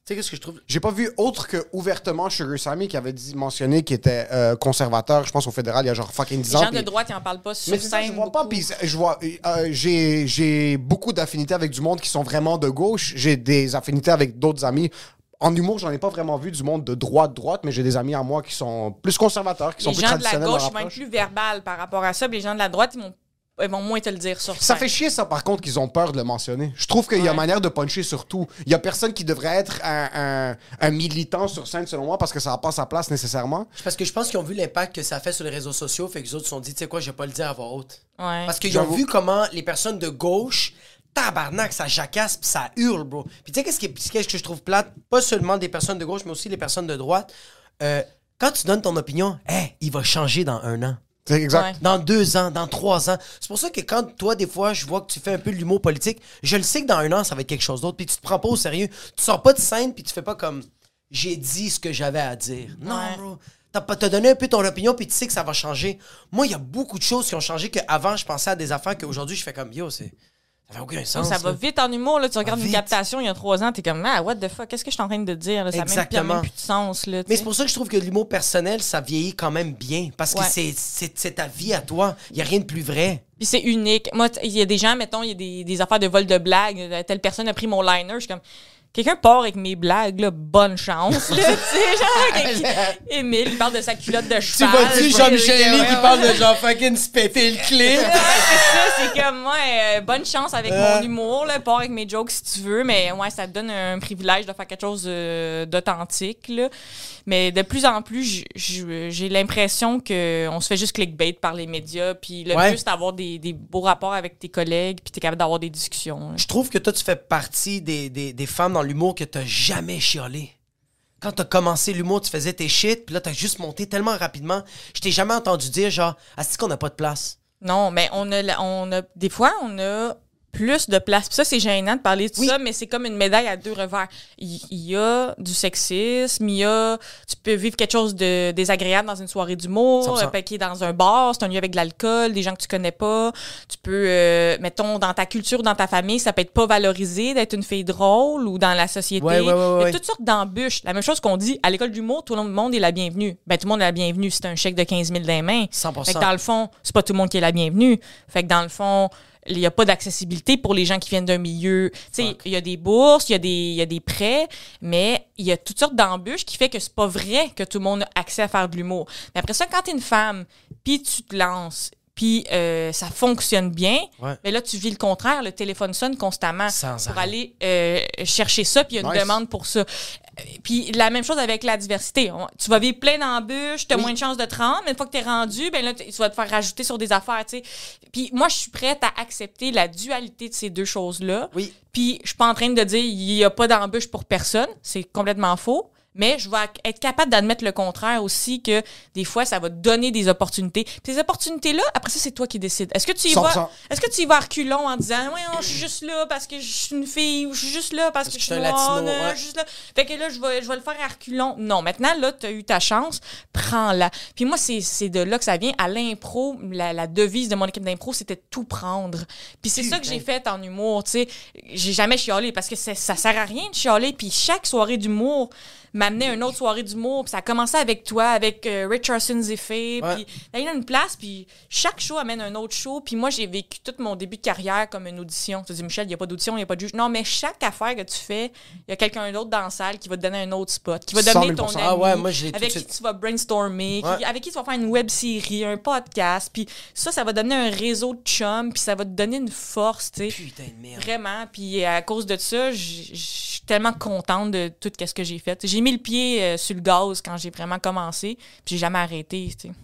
Tu sais, qu'est-ce que je trouve? J'ai pas vu autre que ouvertement Sugar Sammy qui avait dit, mentionné qu'il était euh, conservateur, je pense, au fédéral, il y a genre fucking dix Les ans. gens pis... de droite, ils en parlent pas sur Mais c'est ça, scène. je vois pas. beaucoup. Puis je vois, euh, j'ai, j'ai beaucoup d'affinités avec du monde qui sont vraiment de gauche. J'ai des affinités avec d'autres amis. En humour, j'en ai pas vraiment vu du monde de droite-droite, mais j'ai des amis à moi qui sont plus conservateurs, qui sont Les plus gens de la traditionnels. dans gauche, leur ils vont être approche. plus verbal par rapport à ça. Puis les gens de la droite, ils vont, ils vont moins te le dire sur Ça scène. fait chier, ça, par contre, qu'ils ont peur de le mentionner. Je trouve qu'il y a Ouais. manière de puncher sur tout. Il y a personne qui devrait être un, un, un militant sur scène, selon moi, parce que ça n'a pas sa place nécessairement. Parce que je pense qu'ils ont vu l'impact que ça a fait sur les réseaux sociaux, fait que les autres se sont dit, tu sais quoi, je vais pas le dire à voix haute. Ouais. Parce qu'ils ont J'avoue. vu comment les personnes de gauche, tabarnak, ça jacasse pis ça hurle, bro. Puis tu sais, qu'est-ce, qui est- qu'est-ce que je trouve plate? Pas seulement des personnes de gauche, mais aussi les personnes de droite. Euh, quand tu donnes ton opinion, hey, il va changer dans un an. C'est exact. Ouais. Dans deux ans, dans trois ans. C'est pour ça que quand toi, des fois, je vois que tu fais un peu de l'humour politique, je le sais que dans un an, ça va être quelque chose d'autre. Puis tu te prends pas au sérieux. Tu sors pas de scène, puis tu fais pas comme j'ai dit ce que j'avais à dire. Non, Ouais. bro. T'as, pas- t'as donné un peu ton opinion, puis tu sais que ça va changer. Moi, il y a beaucoup de choses qui ont changé qu'avant, je pensais à des affaires qu'aujourd'hui, je fais comme yo, c'est. Ça fait aucun sens. Ça va là. vite en humour. Là. Tu regardes une vite. captation il y a trois ans, t'es comme, ah, what the fuck, qu'est-ce que je suis en train de dire? Là? Ça n'a même, Exactement. même plus de sens. Là, tu Mais sais. c'est pour ça que je trouve que l'humour personnel, ça vieillit quand même bien. Parce que Ouais. c'est, c'est, c'est ta vie à toi. Il n'y a rien de plus vrai. Puis c'est unique. Moi, t- il y a des gens, mettons, il y a des, des affaires de vol de blagues. Telle personne a pris mon liner. Je suis comme, quelqu'un part avec mes blagues, là, bonne chance. Là, tu sais, genre, quelqu'un- Émile, il parle de sa culotte de Tu cheval. vois-tu Je- Jean-Michel je- Elie ouais, qui ouais. parle de genre fucking se péter le clip? Ouais, c'est ça, c'est comme, moi, euh, bonne chance avec mon humour, là, pars avec mes jokes si tu veux, mais ouais, ça te donne un privilège de faire quelque chose euh, d'authentique, là. Mais de plus en plus, j- j- j'ai l'impression qu'on se fait juste clickbait par les médias, puis le Ouais. mieux, c'est d'avoir des, des beaux rapports avec tes collègues, puis t'es capable d'avoir des discussions. là. Je trouve que toi, tu fais partie des, des, des femmes dans l'humour que t'as jamais chiolé. Quand t'as commencé l'humour, tu faisais tes shit, puis là, t'as juste monté tellement rapidement. Je t'ai jamais entendu dire, genre, ah, c'est qu'on n'a pas de place. Non, mais on a, la- on a des fois, on a plus de place. Puis ça, c'est gênant de parler de Oui. ça, mais c'est comme une médaille à deux revers. Il, il y a du sexisme, il y a... Tu peux vivre quelque chose de désagréable dans une soirée d'humour, cent pour cent. euh, paquet dans un bar, c'est un lieu avec de l'alcool, des gens que tu connais pas. Tu peux, euh, mettons, dans ta culture, dans ta famille, ça peut être pas valorisé d'être une fille drôle ou dans la société. Ouais, ouais, ouais, Il y ouais. a toutes sortes d'embûches. La même chose qu'on dit, à l'école d'humour, tout le monde est la bienvenue. Ben, tout le monde est la bienvenue. C'est un chèque de quinze mille dans les mains. cent pour Fait cent. que dans le fond, c'est pas tout le monde qui est la bienvenue. Fait que dans le fond, il n'y a pas d'accessibilité pour les gens qui viennent d'un milieu. Tu sais, il y a des bourses, il y a des, il y a des prêts, mais il y a toutes sortes d'embûches qui fait que c'est pas vrai que tout le monde a accès à faire de l'humour. Mais après ça, quand t'es une femme, puis tu te lances, puis euh, ça fonctionne bien, Ouais. mais là, tu vis le contraire. Le téléphone sonne constamment Sans pour arrêt. aller euh, chercher ça, puis il y a une Nice. demande pour ça. Euh, Puis la même chose avec la diversité. On- tu vas vivre plein d'embûches, tu as Oui. moins de chances de te rendre, mais une fois que tu es rendu, ben là, t- tu vas te faire rajouter sur des affaires, tu sais. Puis moi, je suis prête à accepter la dualité de ces deux choses-là. Oui. Puis je suis pas en train de dire il y a pas d'embûche pour personne, c'est complètement faux. Mais je vais ac- être capable d'admettre le contraire aussi, que des fois, ça va te donner des opportunités. Puis ces opportunités-là, après ça, c'est toi qui décides. Est-ce que tu y cent pour vas, cent. est-ce que tu y vas à reculons en disant, ouais, non, je suis juste là parce que je suis une fille, ou je suis juste là parce, Parce que, que je suis je suis un noire, latino, non, ouais. je suis juste là. Fait que là, je vais, je vais le faire à reculons. Non, maintenant, là, tu as eu ta chance, prends-la. Puis moi, c'est, c'est de là que ça vient. À l'impro, la, la devise de mon équipe d'impro, c'était tout prendre. Puis c'est ça que j'ai fait en humour, tu sais. J'ai jamais chialé parce que c'est- ça sert à rien de chialer. Puis chaque soirée d'humour m'amenait à une autre soirée d'humour. Puis ça a commencé avec toi, avec euh, Richardson Zeffé. Ouais. Puis là, il y a une place, puis chaque show amène un autre show. Puis moi, j'ai vécu tout mon début de carrière comme une audition. Tu te dis, Michel, il n'y a pas d'audition, il n'y a pas de juge. Non, mais chaque affaire que tu fais, il y a quelqu'un d'autre dans la salle qui va te donner un autre spot, qui va cent devenir mille ton pour ami, cent. Ah ouais, moi, je l'ai tout avec de qui suite. tu vas brainstormer, qui- Ouais. avec qui tu vas faire une web série, un podcast. Puis ça, ça va donner un réseau de chums, puis ça va te donner une force, tu sais. Putain de merde. Vraiment. Puis à cause de ça, j- je suis tellement contente de tout ce que j'ai fait. J'ai mis le pied euh, sur le gaz quand j'ai vraiment commencé, puis j'ai jamais arrêté, tu sais.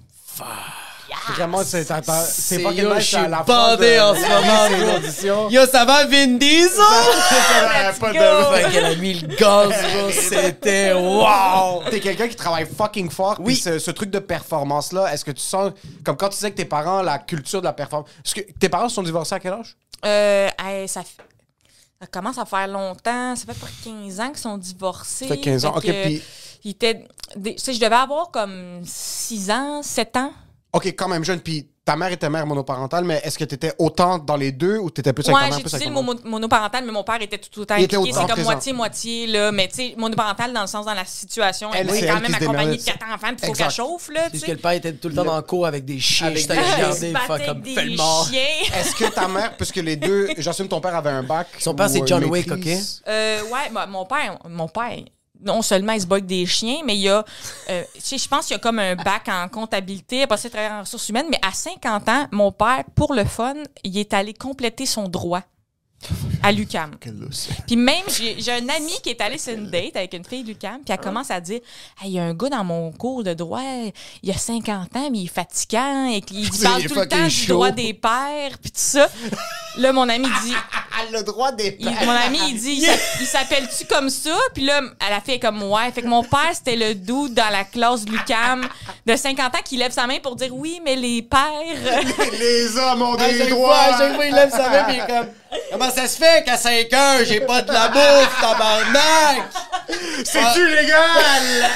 Vraiment, c'est, c'est, c'est C'est pas yo, quelle je suis la, la bandé phrase en de- ce moment, c'est bro. l'audition. Yo, ça va, Vin Diesel? Let's Pas go. de fait qu'elle a mis le gaz, bro. C'était wow! T'es quelqu'un qui travaille fucking fort. Oui. Oui. Ce, ce truc de performance-là, est-ce que tu sens, comme quand tu disais que tes parents, la culture de la performance. Est-ce que tes parents se sont divorcés à quel âge? Euh, hey, ça, fait- ça commence à faire longtemps. Ça fait pour quinze ans qu'ils sont divorcés. Ça fait quinze ans. Fait Ok, que, puis. ils étaient, des- tu sais, je devais avoir comme six ans, sept ans. Ok, quand même jeune. Puis ta mère était mère monoparentale, mais est-ce que t'étais autant dans les deux ou t'étais plus avec Ouais, ta mère, j'ai plus utilisé avec le ton mot monoparental, mais mon père était tout, tout le temps Il était impliqué. autant C'est comme présent. moitié-moitié, là. Mais tu sais, monoparental dans le sens, dans la situation, Elle, elle c'est est quand elle même qui se accompagnée de démerdait. quatre enfants, puis il faut Exact. qu'elle chauffe, là, tu Puisque sais. le père était tout le temps dans le cours avec des chiens. Avec J'étais des- allé Il se regarder, battait faire avec comme des fait le mort. chiens. Est-ce que ta mère, puisque les deux, j'assume ton père avait un bac. Son père, ou c'est une John Wick, maîtrise? Euh, ouais, bah, mon père, mon père, non seulement il se bat avec des chiens, mais il y a, euh, tu sais, je pense qu'il y a comme un bac en comptabilité, après ça, il travaille en ressources humaines, mais à cinquante ans, mon père, pour le fun, il est allé compléter son droit à l'U Q A M. Puis même, j'ai, j'ai un ami qui est allé sur une date avec une fille de l'U Q A M, puis elle commence à dire « Hey, il y a un gars dans mon cours de droit, il a cinquante ans, mais il est fatigant, et qu'il Il parle est tout le fucking temps du chaud. droit des pères, puis tout ça. » Là, mon ami dit... Le droit des Il- mon ami, il dit, il s'a- il s'appelle-tu comme ça? Puis là, elle a fait comme, ouais. Fait que mon père, c'était le dude dans la classe de l'U Q A M de cinquante ans qui lève sa main pour dire, oui, mais les pères... Les hommes ont À des chaque droits. fois, à chaque fois, il lève sa main pis il est comme comment ça se fait qu'à cinq heures, j'ai pas de la bouffe, tabarnak? C'est-tu légal?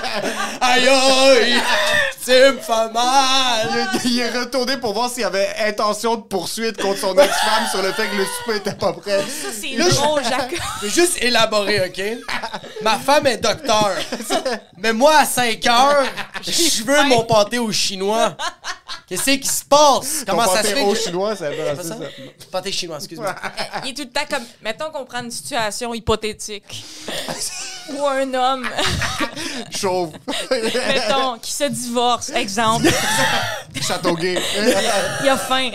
Aïe aïe! Tu me fais mal! Il, il est retourné pour voir s'il avait intention de poursuite contre son ex-femme sur le fait que le souper était pas prêt. Ça, c'est Là, je- drôle, Jacob. Je vais juste élaborer, OK? Ma femme est docteur. Mais moi, à cinq heures, je veux mon pâté au chinois. Qu'est-ce qui se passe? Ton Comment ça se pâté fait? au que- chinois, c'est C'est un pas peu ça? ça. Pâté chinois, excuse-moi. Il est tout le temps comme, mettons qu'on prend une situation hypothétique. Ou un homme, Chauve. mettons, qui se divorce, exemple. Château gay. Il a faim.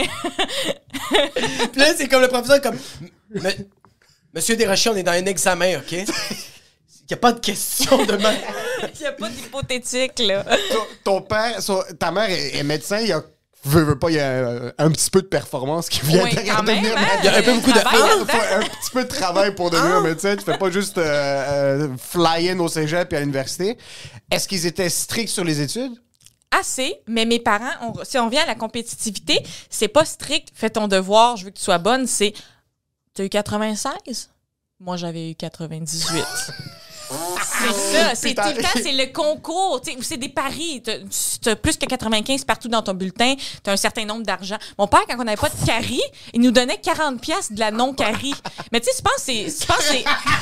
Puis là, c'est comme le professeur, comme... Mais- Monsieur Desrochers, on est dans un examen, OK? Il n'y a pas de question de même. Il n'y a pas d'hypothétique, là. ton, ton père, son- ta mère est, est médecin, il y a, veut, veut pas, il y a un, un petit peu de performance qui vient Oui, de quand même, devenir hein? Il y a un peu beaucoup de- Travail Il là-dedans. faut un petit peu de travail pour devenir médecin. Tu fais pas juste euh, euh, fly-in au cégep et à l'université. Est-ce qu'ils étaient stricts sur les études? Assez, mais mes parents, on- si on vient à la compétitivité, c'est pas strict, fais ton devoir, je veux que tu sois bonne, c'est t'as eu quatre-vingt-seize? Moi, j'avais eu quatre-vingt-dix-huit. C'est ça, c'est Putain. tout le temps, c'est le concours, tu sais, ou c'est des paris. T'as, t'as plus que quatre-vingt-quinze partout dans ton bulletin, t'as un certain nombre d'argent. Mon père, quand on n'avait pas de carie, il nous donnait quarante piastres de la non-carie. Mais tu sais, je pense que c'est... Je pense que c'est...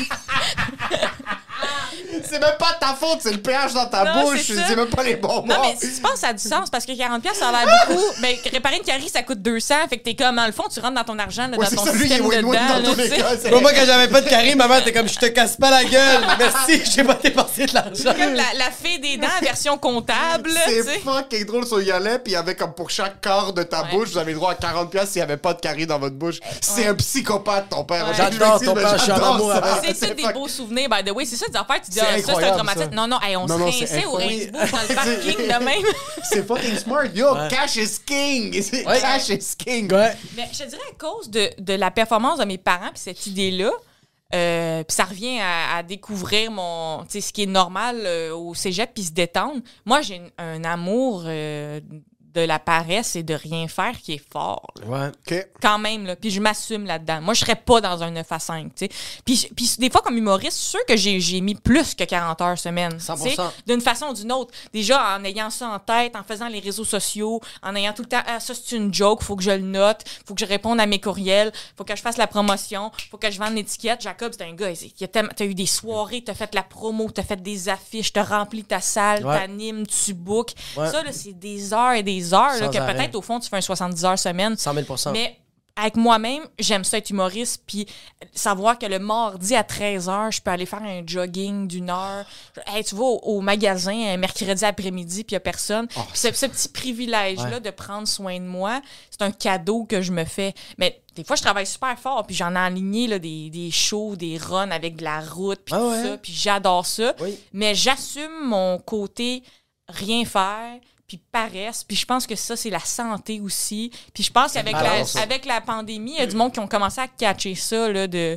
C'est même pas ta faute, c'est le pH dans ta Non, bouche. c'est ça. C'est même pas les bons mots. Non, mais je pense que ça a du sens parce que quarante piastres, ça a l'air beaucoup. Mais réparer une carie, ça coûte deux cents. Fait que t'es comme, dans le fond, tu rentres dans ton argent, là, Ouais, dans c'est ton ça, lui, il est système win-win dedans. dans là, tous les tu sais. cas. c'est- Moi, moi, quand j'avais pas de carré, maman était comme, je te casse pas la gueule. Merci, j'ai pas dépensé de l'argent. Comme la, la fée des dents, version comptable. tu C'est sais. fucking drôle, ça y allait, puis il y avait comme pour chaque quart de ta Ouais. bouche, vous avez le droit à quarante piastres s'il y avait pas de carie dans votre bouche. C'est un psychopathe, ton père. Ouais. J'adore ton père, je suis en J'adore amour ça. avec. C'est tous des fuck- beaux souvenirs, by the way. C'est ça, des affaires, tu dis, C'est ah, ça, c'est un incroyable, traumatisme. ça. Non, non, hey, on Non, se non, c'est rinçait au incroyable. Ringsbourg dans le parking de même. C'est fucking smart. Yo, Ouais. cash is king. C'est- Ouais. Cash is king. Ouais. Mais je te dirais à cause de, de la performance de mes parents puis cette idée-là, euh, puis ça revient à, à découvrir mon, tu sais, ce qui est normal euh, au cégep puis se détendre. Moi, j'ai une- un amour euh, de la paresse et de rien faire qui est fort. là. Ouais. OK. Quand même, là. Puis je m'assume là-dedans. Moi, je serais pas dans un neuf à cinq, tu sais. Puis, puis des fois, comme humoriste, je suis sûre que j'ai, j'ai mis plus que quarante heures semaine. cent pour tu sais, cent. d'une façon ou d'une autre. Déjà, en ayant ça en tête, en faisant les réseaux sociaux, en ayant tout le temps, ah, ça, c'est une joke, faut que je le note, faut que je réponde à mes courriels, faut que je fasse la promotion, faut que je vende l'étiquette. Jacob, c'est un gars, il y a tellement- t'as eu des soirées, t'as fait la promo, t'as fait des affiches, t'as rempli ta salle, Ouais. t'animes, tu bookes. Ouais. Ça, là, c'est des heures et des heures, là, Sans que arrêt. peut-être, au fond, tu fais un soixante-dix heures semaine. cent mille pour cent. Mais avec moi-même, j'aime ça être humoriste, puis savoir que le mardi à treize heures, je peux aller faire un jogging d'une heure. Hey, tu vas au, au magasin un mercredi après-midi, puis il n'y a personne. Puis ce, ce petit privilège-là Ouais. de prendre soin de moi, c'est un cadeau que je me fais. Mais des fois, je travaille super fort, puis j'en ai aligné là, des, des shows, des runs avec de la route, puis Ah tout ouais? ça, puis j'adore ça. Oui. Mais j'assume mon côté rien faire, puis paresse. Puis je pense que ça, c'est la santé aussi. Puis je pense qu'avec la, balance, ça. avec la pandémie, il y a du monde qui ont commencé à catcher ça, là, de...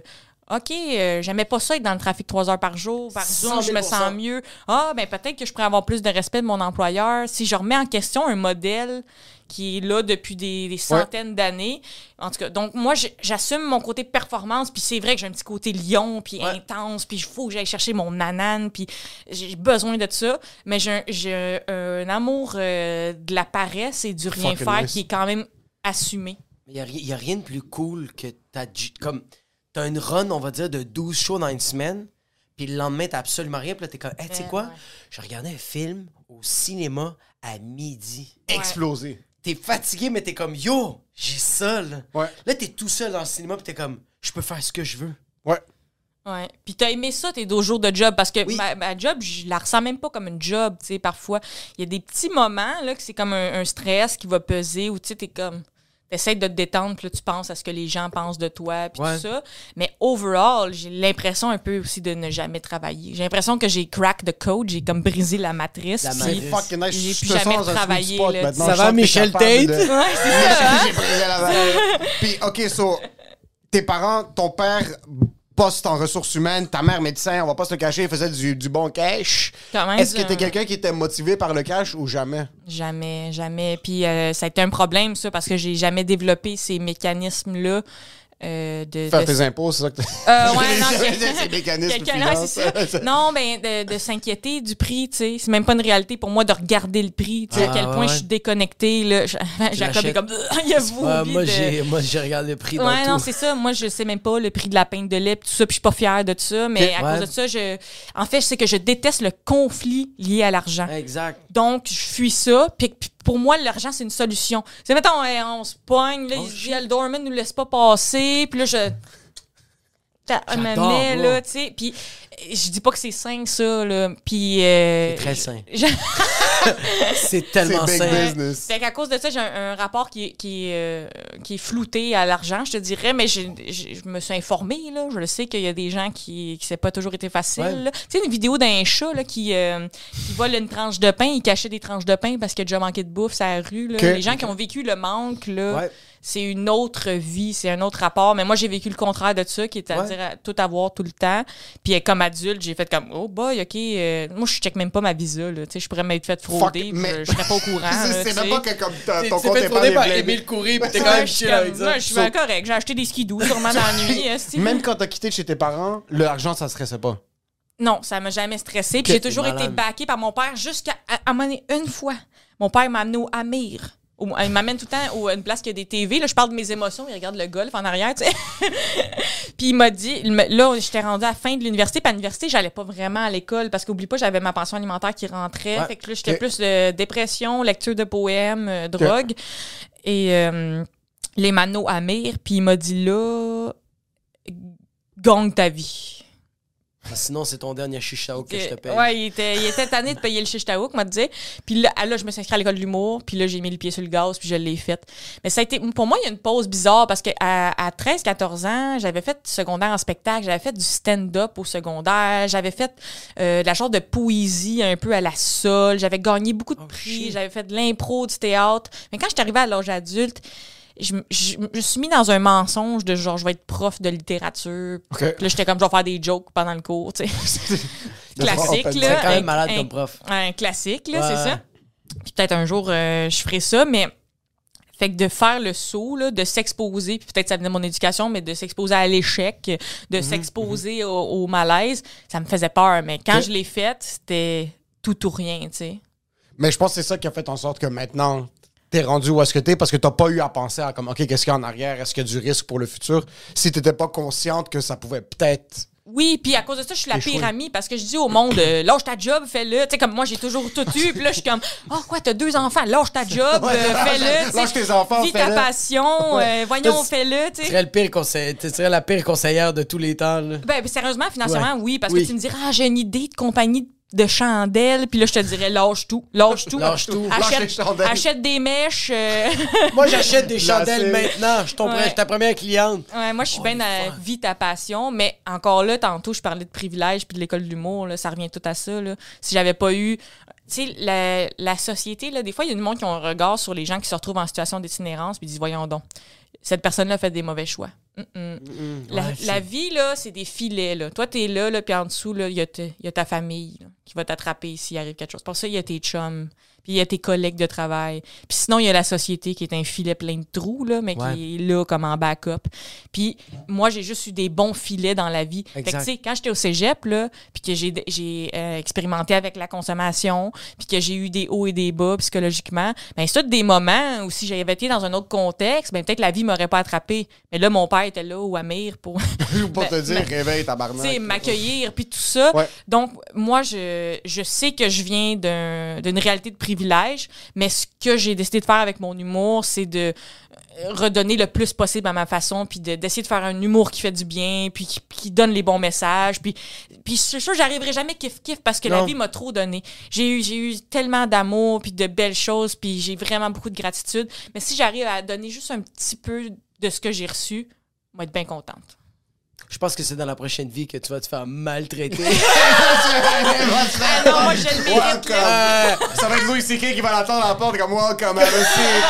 OK, euh, j'aimais pas ça être dans le trafic trois heures par jour. Par Zoom, je me sens mieux. Ah, ben peut-être que je pourrais avoir plus de respect de mon employeur. Si je remets en question un modèle qui est là depuis des, des centaines ouais. d'années. En tout cas, donc moi, j'assume mon côté performance, puis c'est vrai que j'ai un petit côté lion, puis ouais. intense, puis il faut que j'aille chercher mon nanane, puis j'ai besoin de ça. Mais j'ai, j'ai un amour euh, de la paresse et du rien Fucking faire nice. Qui est quand même assumé. Il n'y a, a rien de plus cool que t'as, comme, t'as une run, on va dire, de douze shows dans une semaine, puis le lendemain, t'as absolument rien, puis là, t'es comme, hey, tu sais quoi? Ouais. Je regardais un film au cinéma à midi. Ouais. Explosé. T'es fatigué, mais t'es comme, yo, j'ai ça, là. Ouais. Là, t'es tout seul dans le cinéma, puis t'es comme, je peux faire ce que je veux. Ouais. Ouais. Puis t'as aimé ça, tes deux jours de job, parce que oui. ma, ma job, je la ressens même pas comme une job, tu sais, parfois. Il y a des petits moments, là, que c'est comme un, un stress qui va peser, où tu sais, t'es comme... T'essaies de te détendre, puis là, tu penses à ce que les gens pensent de toi, puis ouais. tout ça. Mais overall, j'ai l'impression un peu aussi de ne jamais travailler. J'ai l'impression que j'ai crack the code, j'ai comme brisé la matrice. La matrice. Fucking nice. J'ai plus jamais travaillé. Là, ça va, Michel Tate? De... Ouais, c'est ça. J'ai brisé la matrice. Puis, OK, so, tes parents, ton père... poste en ressources humaines, ta mère médecin, on va pas se le cacher, il faisait du, du bon cash. Est-ce que t'es quelqu'un qui était motivé par le cash ou jamais? Jamais, jamais. Puis euh, ça a été un problème, ça, parce que j'ai jamais développé ces mécanismes-là. Euh, de, Faire de... tes impôts, c'est ça que t'as... Euh, ouais, non, c'est mécanismes non, c'est ça. Non, ben, de, de s'inquiéter du prix, tu sais. C'est même pas une réalité pour moi de regarder le prix, tu sais, ah, à quel point ouais. je suis déconnectée, là. Jacob est comme, il y a vous. Ah, moi, de... j'ai, moi, j'ai regardé le prix dans ouais, tout. non, c'est ça. Moi, je sais même pas le prix de la pinte de lait, tout ça, puis je suis pas fière de ça, mais à ouais. cause de ça, je... En fait, je sais que je déteste le conflit lié à l'argent. Exact. Donc, je fuis ça, puis pour moi, l'argent, c'est une solution. C'est, mettons, on, on se pogne, là, oh, il dit, Dorman nous laisse pas passer, puis là, je... J'adore, là, tu sais, puis je dis pas que c'est sain, ça, là, puis... Euh, c'est très sain. C'est tellement c'est sain. Big business. Fait qu'à cause de ça, j'ai un, un rapport qui, qui, euh, qui est flouté à l'argent, je te dirais, mais j'ai, j'ai, je me suis informée, là, je le sais qu'il y a des gens qui, qui ça n'a pas toujours été facile, ouais. Tu sais, une vidéo d'un chat, là, qui, euh, qui vole une tranche de pain, il cachait des tranches de pain parce qu'il a déjà manqué de bouffe sur la rue, là. Okay. Les gens qui ont vécu le manque, là... Ouais. C'est une autre vie, c'est un autre rapport. Mais moi, j'ai vécu le contraire de ça, qui est à ouais. dire à tout avoir tout le temps. Puis comme adulte, j'ai fait comme, oh boy, OK, euh, moi, je check même pas ma visa. Là. Je pourrais m'être fait frauder, mais... je, je serais pas au courant. c'est là, même pas que comme ton, ton compte est pas par Émile Coury, puis t'es quand même chill avec ça. Je suis so... correct, j'ai acheté des skidoo sûrement dans la nuit. Même quand t'as quitté chez tes parents, l'argent, ça stressait pas? Non, ça m'a jamais stressé. Puis j'ai toujours été backée par mon père jusqu'à à, à, à une fois. Mon père m'a amené au Amir. Il m'amène tout le temps à une place qui a des T V. Là, je parle de mes émotions. Il regarde le golf en arrière, tu sais. Puis il m'a dit... Là, j'étais rendue à la fin de l'université. Puis à l'université, j'allais pas vraiment à l'école parce qu'oublie pas, j'avais ma pension alimentaire qui rentrait. Ouais. Fait que là, j'étais okay. plus de dépression, lecture de poèmes, euh, drogue. Okay. Et euh, les manos Amir. Puis il m'a dit là... Gagne ta vie. Sinon, c'est ton dernier chichtaouk que je te paye. Ouais, il était, il était tanné de payer le chichtaouk, m'a dit. Puis là, là, je me suis inscrite à l'école de l'humour, puis là, j'ai mis le pied sur le gaz, puis je l'ai fait. Mais ça a été, pour moi, il y a une pause bizarre, parce qu'à à treize quatorze ans, j'avais fait du secondaire en spectacle, j'avais fait du stand-up au secondaire, j'avais fait euh, de la genre de poésie un peu à la Sol, j'avais gagné beaucoup de oh, prix, shit. J'avais fait de l'impro, du théâtre. Mais quand je suis arrivée à l'âge adulte, Je, je, je me suis mis dans un mensonge de genre, je vais être prof de littérature. Okay. Puis là, j'étais comme, je vais faire des jokes pendant le cours, tu sais. Classique, là. C'est quand même un, malade un, comme prof. Un classique, là, ouais. c'est ça. Puis peut-être un jour, euh, je ferai ça, mais... Fait que de faire le saut, là, de s'exposer, puis peut-être ça venait de mon éducation, mais de s'exposer à l'échec, de mm-hmm, s'exposer mm-hmm. Au, au malaise, ça me faisait peur. Mais quand okay. je l'ai fait, c'était tout ou rien, tu sais. Mais je pense que c'est ça qui a fait en sorte que maintenant... t'es rendu où est-ce que t'es parce que t'as pas eu à penser à comme, OK, qu'est-ce qu'il y a en arrière? Est-ce qu'il y a du risque pour le futur? Si t'étais pas consciente que ça pouvait peut-être... Oui, puis à cause de ça, je suis la pire amie parce que je dis au monde, euh, lâche ta job, fais-le. Tu sais, comme moi, j'ai toujours tout eu. Puis là, je suis comme, oh, quoi, t'as deux enfants, lâche ta job, euh, fais-le. Lâche tes enfants, vis fais-le. ta passion, euh, voyons, fais-le. Tu serais le pire conseil, tu serais la pire conseillère de tous les temps. Là. Ben, ben, sérieusement, financièrement, ouais. oui, parce oui. que tu me diras, ah, j'ai une idée de compagnie de chandelles, puis là, je te dirais, lâche tout, lâche tout. Lâche tout. Achète, achète des mèches. Euh... Moi, j'achète des chandelles maintenant. Je suis ouais. ta première cliente. Ouais, moi, je suis oh, bien à vie ta passion, mais encore là, tantôt, je parlais de privilèges puis de l'école de l'humour, là, ça revient tout à ça. Là. Si j'avais pas eu... Tu sais, la, la société, là, des fois, il y a du monde qui ont un regard sur les gens qui se retrouvent en situation d'itinérance puis disent, voyons donc, cette personne-là fait des mauvais choix. Mm-mm. La, ouais, la vie, là, c'est des filets. Là. Toi, t'es là, là puis en dessous, il y, y a ta famille là, qui va t'attraper s'il arrive quelque chose. Pour ça, il y a tes chums, puis il y a tes collègues de travail. Puis sinon, il y a la société qui est un filet plein de trous, là, mais ouais. qui est là comme en backup. Puis moi, j'ai juste eu des bons filets dans la vie. Fait que, tu sais, quand j'étais au cégep, là, puis que j'ai, j'ai euh, expérimenté avec la consommation, puis que j'ai eu des hauts et des bas psychologiquement, ben c'est tous des moments où si j'avais été dans un autre contexte, ben peut-être la vie m'aurait pas attrapé. Mais là, mon père était là au Amir pour... pour te dire, réveille tabarnak. Tu sais, m'accueillir, puis tout ça. Ouais. Donc, moi, je, je sais que je viens d'un, d'une réalité de privilège, mais ce que j'ai décidé de faire avec mon humour, c'est de redonner le plus possible à ma façon, puis de, d'essayer de faire un humour qui fait du bien, puis qui, qui donne les bons messages, puis, puis je suis sûre que j'arriverai jamais kiff-kiff parce que non. La vie m'a trop donné. J'ai eu, j'ai eu tellement d'amour, puis de belles choses, puis j'ai vraiment beaucoup de gratitude, mais si j'arrive à donner juste un petit peu de ce que j'ai reçu, je vais être bien contente. Je pense que c'est dans la prochaine vie que tu vas te faire maltraiter. Ah non, moi, je le mérite. Euh, ça va être Louis C K qui va l'attendre à la porte comme moi, comme elle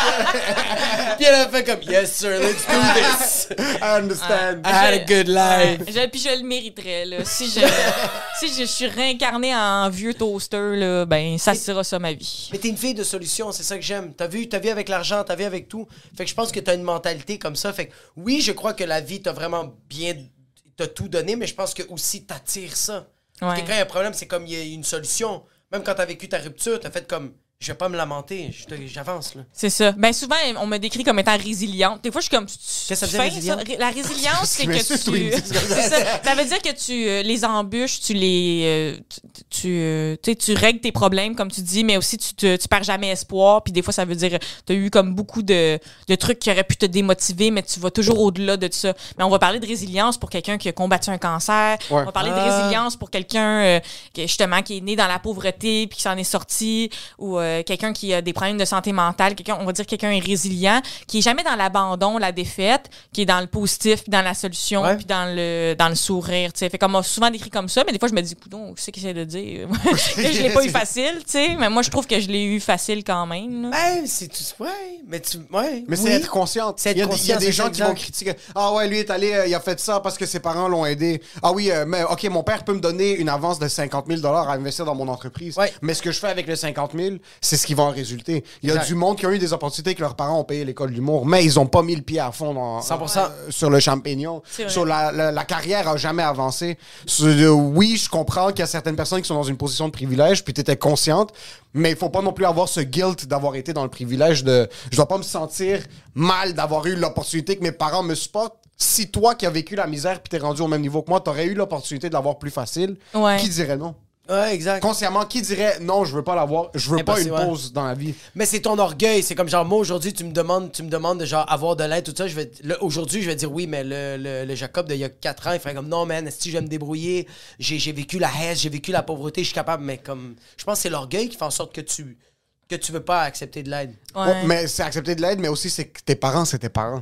aussi. Puis elle a fait comme, yes sir, let's do this. I understand. I had a good life. Je, puis je le mériterais, là. Si je, si je suis réincarnée en vieux toaster, là, ben, ça sera ça ma vie. Mais t'es une fille de solution, c'est ça que j'aime. T'as vu, t'as vu avec l'argent, t'as vu avec tout. Fait que je pense que t'as une mentalité comme ça. Fait que oui, je crois que la vie t'a vraiment bien... t'as tout donné, mais je pense que aussi t'attires ça. Ouais. Quand il y a un problème, c'est comme il y a une solution. Même quand t'as vécu ta rupture, t'as fait comme je vais pas me lamenter, je te, j'avance là. C'est ça. Ben souvent on me décrit comme étant résiliente. Des fois je suis comme qu'est-ce que ça veut dire résiliente? Ça? La résilience c'est que tu c'est ça. Ça veut dire que tu euh, les embûches, tu les euh, tu tu, euh, tu règles tes problèmes comme tu dis, mais aussi tu te, tu perds jamais espoir, puis des fois ça veut dire tu as eu comme beaucoup de de trucs qui auraient pu te démotiver, mais tu vas toujours au-delà de ça. Mais on va parler de résilience pour quelqu'un qui a combattu un cancer, ouais. On va parler ah. de résilience pour quelqu'un euh, qui justement qui est né dans la pauvreté puis qui s'en est sorti, ou euh, quelqu'un qui a des problèmes de santé mentale, quelqu'un, on va dire quelqu'un est résilient, qui est jamais dans l'abandon, la défaite, qui est dans le positif, puis dans la solution, ouais. Puis dans le dans le sourire, tu sais. Fait comme on m'a souvent décrit comme ça, mais des fois je me dis coudonc, qu'est-ce qu'il essaie de dire que je l'ai pas eu facile, tu sais, mais moi je trouve que je l'ai eu facile quand même. Ouais, c'est tout ouais, mais tu ouais, mais oui. C'est être consciente. C'est être il y a, conscient, il y a des gens exact. Qui vont critiquer. Ah ouais, lui est allé euh, il a fait ça parce que ses parents l'ont aidé. Ah oui, euh, mais OK, mon père peut me donner une avance de cinquante mille dollars à investir dans mon entreprise. Ouais. Mais ce que je fais avec les cinquante mille, c'est ce qui va en résulter. Il y a exact. Du monde qui a eu des opportunités que leurs parents ont payé l'école d'humour, mais ils ont pas mis le pied à fond dans, cent pour cent euh, sur le champignon. Sur la, la, la carrière a jamais avancé. Sur, euh, oui, je comprends qu'il y a certaines personnes qui sont dans une position de privilège, puis tu étais consciente, mais il faut pas non plus avoir ce guilt d'avoir été dans le privilège de... Je dois pas me sentir mal d'avoir eu l'opportunité que mes parents me supportent. Si toi qui as vécu la misère puis t'es rendu au même niveau que moi, t'aurais eu l'opportunité de l'avoir plus facile, ouais. Qui dirait non? Ouais, exact. Consciemment, qui dirait non, je veux pas l'avoir, je veux mais pas une ouais. Pause dans la vie. Mais c'est ton orgueil, c'est comme genre moi aujourd'hui tu me demandes, tu me demandes de genre avoir de l'aide tout ça, je vais là, aujourd'hui je vais dire oui, mais le, le, le Jacob d'il y a quatre ans, il ferait comme non man, si je vais me débrouiller, j'ai j'ai vécu la haine, j'ai vécu la pauvreté, je suis capable, mais comme je pense que c'est l'orgueil qui fait en sorte que tu que tu veux pas accepter de l'aide. Ouais. Ouais, mais c'est accepter de l'aide, mais aussi c'est que tes parents c'est tes parents.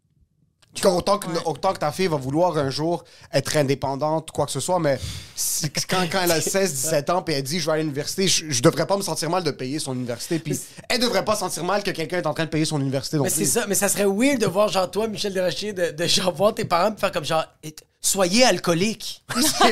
Autant que, ouais. autant que ta fille va vouloir un jour être indépendante, quoi que ce soit, mais si, quand, quand elle a seize dix-sept ans et elle dit je vais aller à l'université, je, je devrais pas me sentir mal de payer son université. Puis elle devrait pas sentir mal que quelqu'un est en train de payer son université. Mais c'est ça, mais ça serait weird de voir genre toi, Michel Desrochers, de, de genre voir tes parents et faire comme genre soyez alcoolique.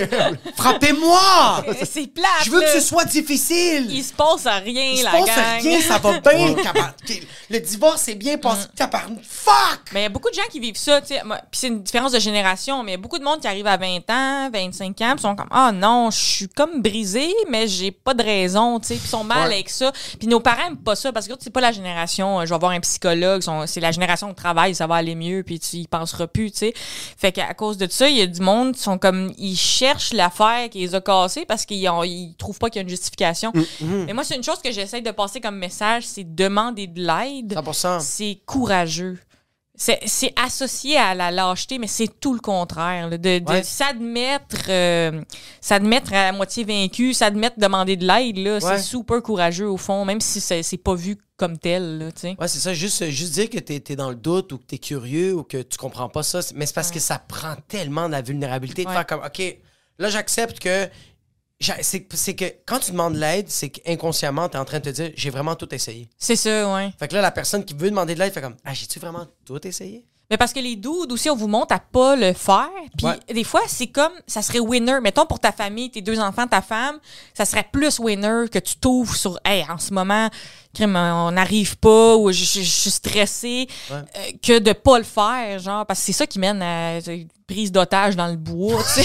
Frappez-moi! C'est plate. Je veux là. Que ce soit difficile. Il se passe à rien, Il la gang. Il se gang. passe à rien, ça va bien. Le divorce est bien passé. Mm. Fuck! Mais il y a beaucoup de gens qui vivent ça, tu sais. Puis c'est une différence de génération, mais il y a beaucoup de monde qui arrive à vingt ans, vingt-cinq ans, puis sont comme ah oh non, je suis comme brisé, mais j'ai pas de raison, tu sais. Puis ils sont mal ouais. Avec ça. Puis nos parents aiment pas ça parce que c'est pas la génération. Je vais avoir un psychologue, c'est la génération de travail, ça va aller mieux, puis tu y penseras plus, tu sais. Fait qu'à cause de ça, il y a du monde qui sont comme ils cherchent l'affaire qui les a cassés parce qu'ils ont, ils trouvent pas qu'il y a une justification. Mm-hmm. Mais moi c'est une chose que j'essaie de passer comme message, c'est demander de l'aide. cent pour cent. C'est courageux. C'est, c'est associé à la lâcheté, mais c'est tout le contraire. Là, de, de ouais. s'admettre, euh, s'admettre à moitié vaincu, s'admettre demander de l'aide, là, ouais. C'est super courageux au fond, même si c'est, c'est pas vu comme tel. Là, t'sais. Ouais, c'est ça. Juste, juste dire que t'es, t'es dans le doute ou que t'es curieux ou que tu comprends pas ça. Mais c'est parce ouais. que ça prend tellement de la vulnérabilité de ouais. faire comme, OK, là, j'accepte que... C'est, c'est que quand tu demandes l'aide, c'est qu'inconsciemment, t'es en train de te dire, j'ai vraiment tout essayé. C'est ça, ouais. Fait que là, la personne qui veut demander de l'aide fait comme, ah, j'ai-tu vraiment tout essayé? Mais parce que les dudes aussi, on vous montre à pas le faire. Puis Ouais. des fois, c'est comme, ça serait winner. Mettons pour ta famille, tes deux enfants, ta femme, ça serait plus winner que tu t'ouvres sur, hey, en ce moment, crime, on n'arrive pas ou je, je, je suis stressée, Ouais. euh, que de pas le faire, genre, parce que c'est ça qui mène à une prise d'otage dans le bois, tu sais.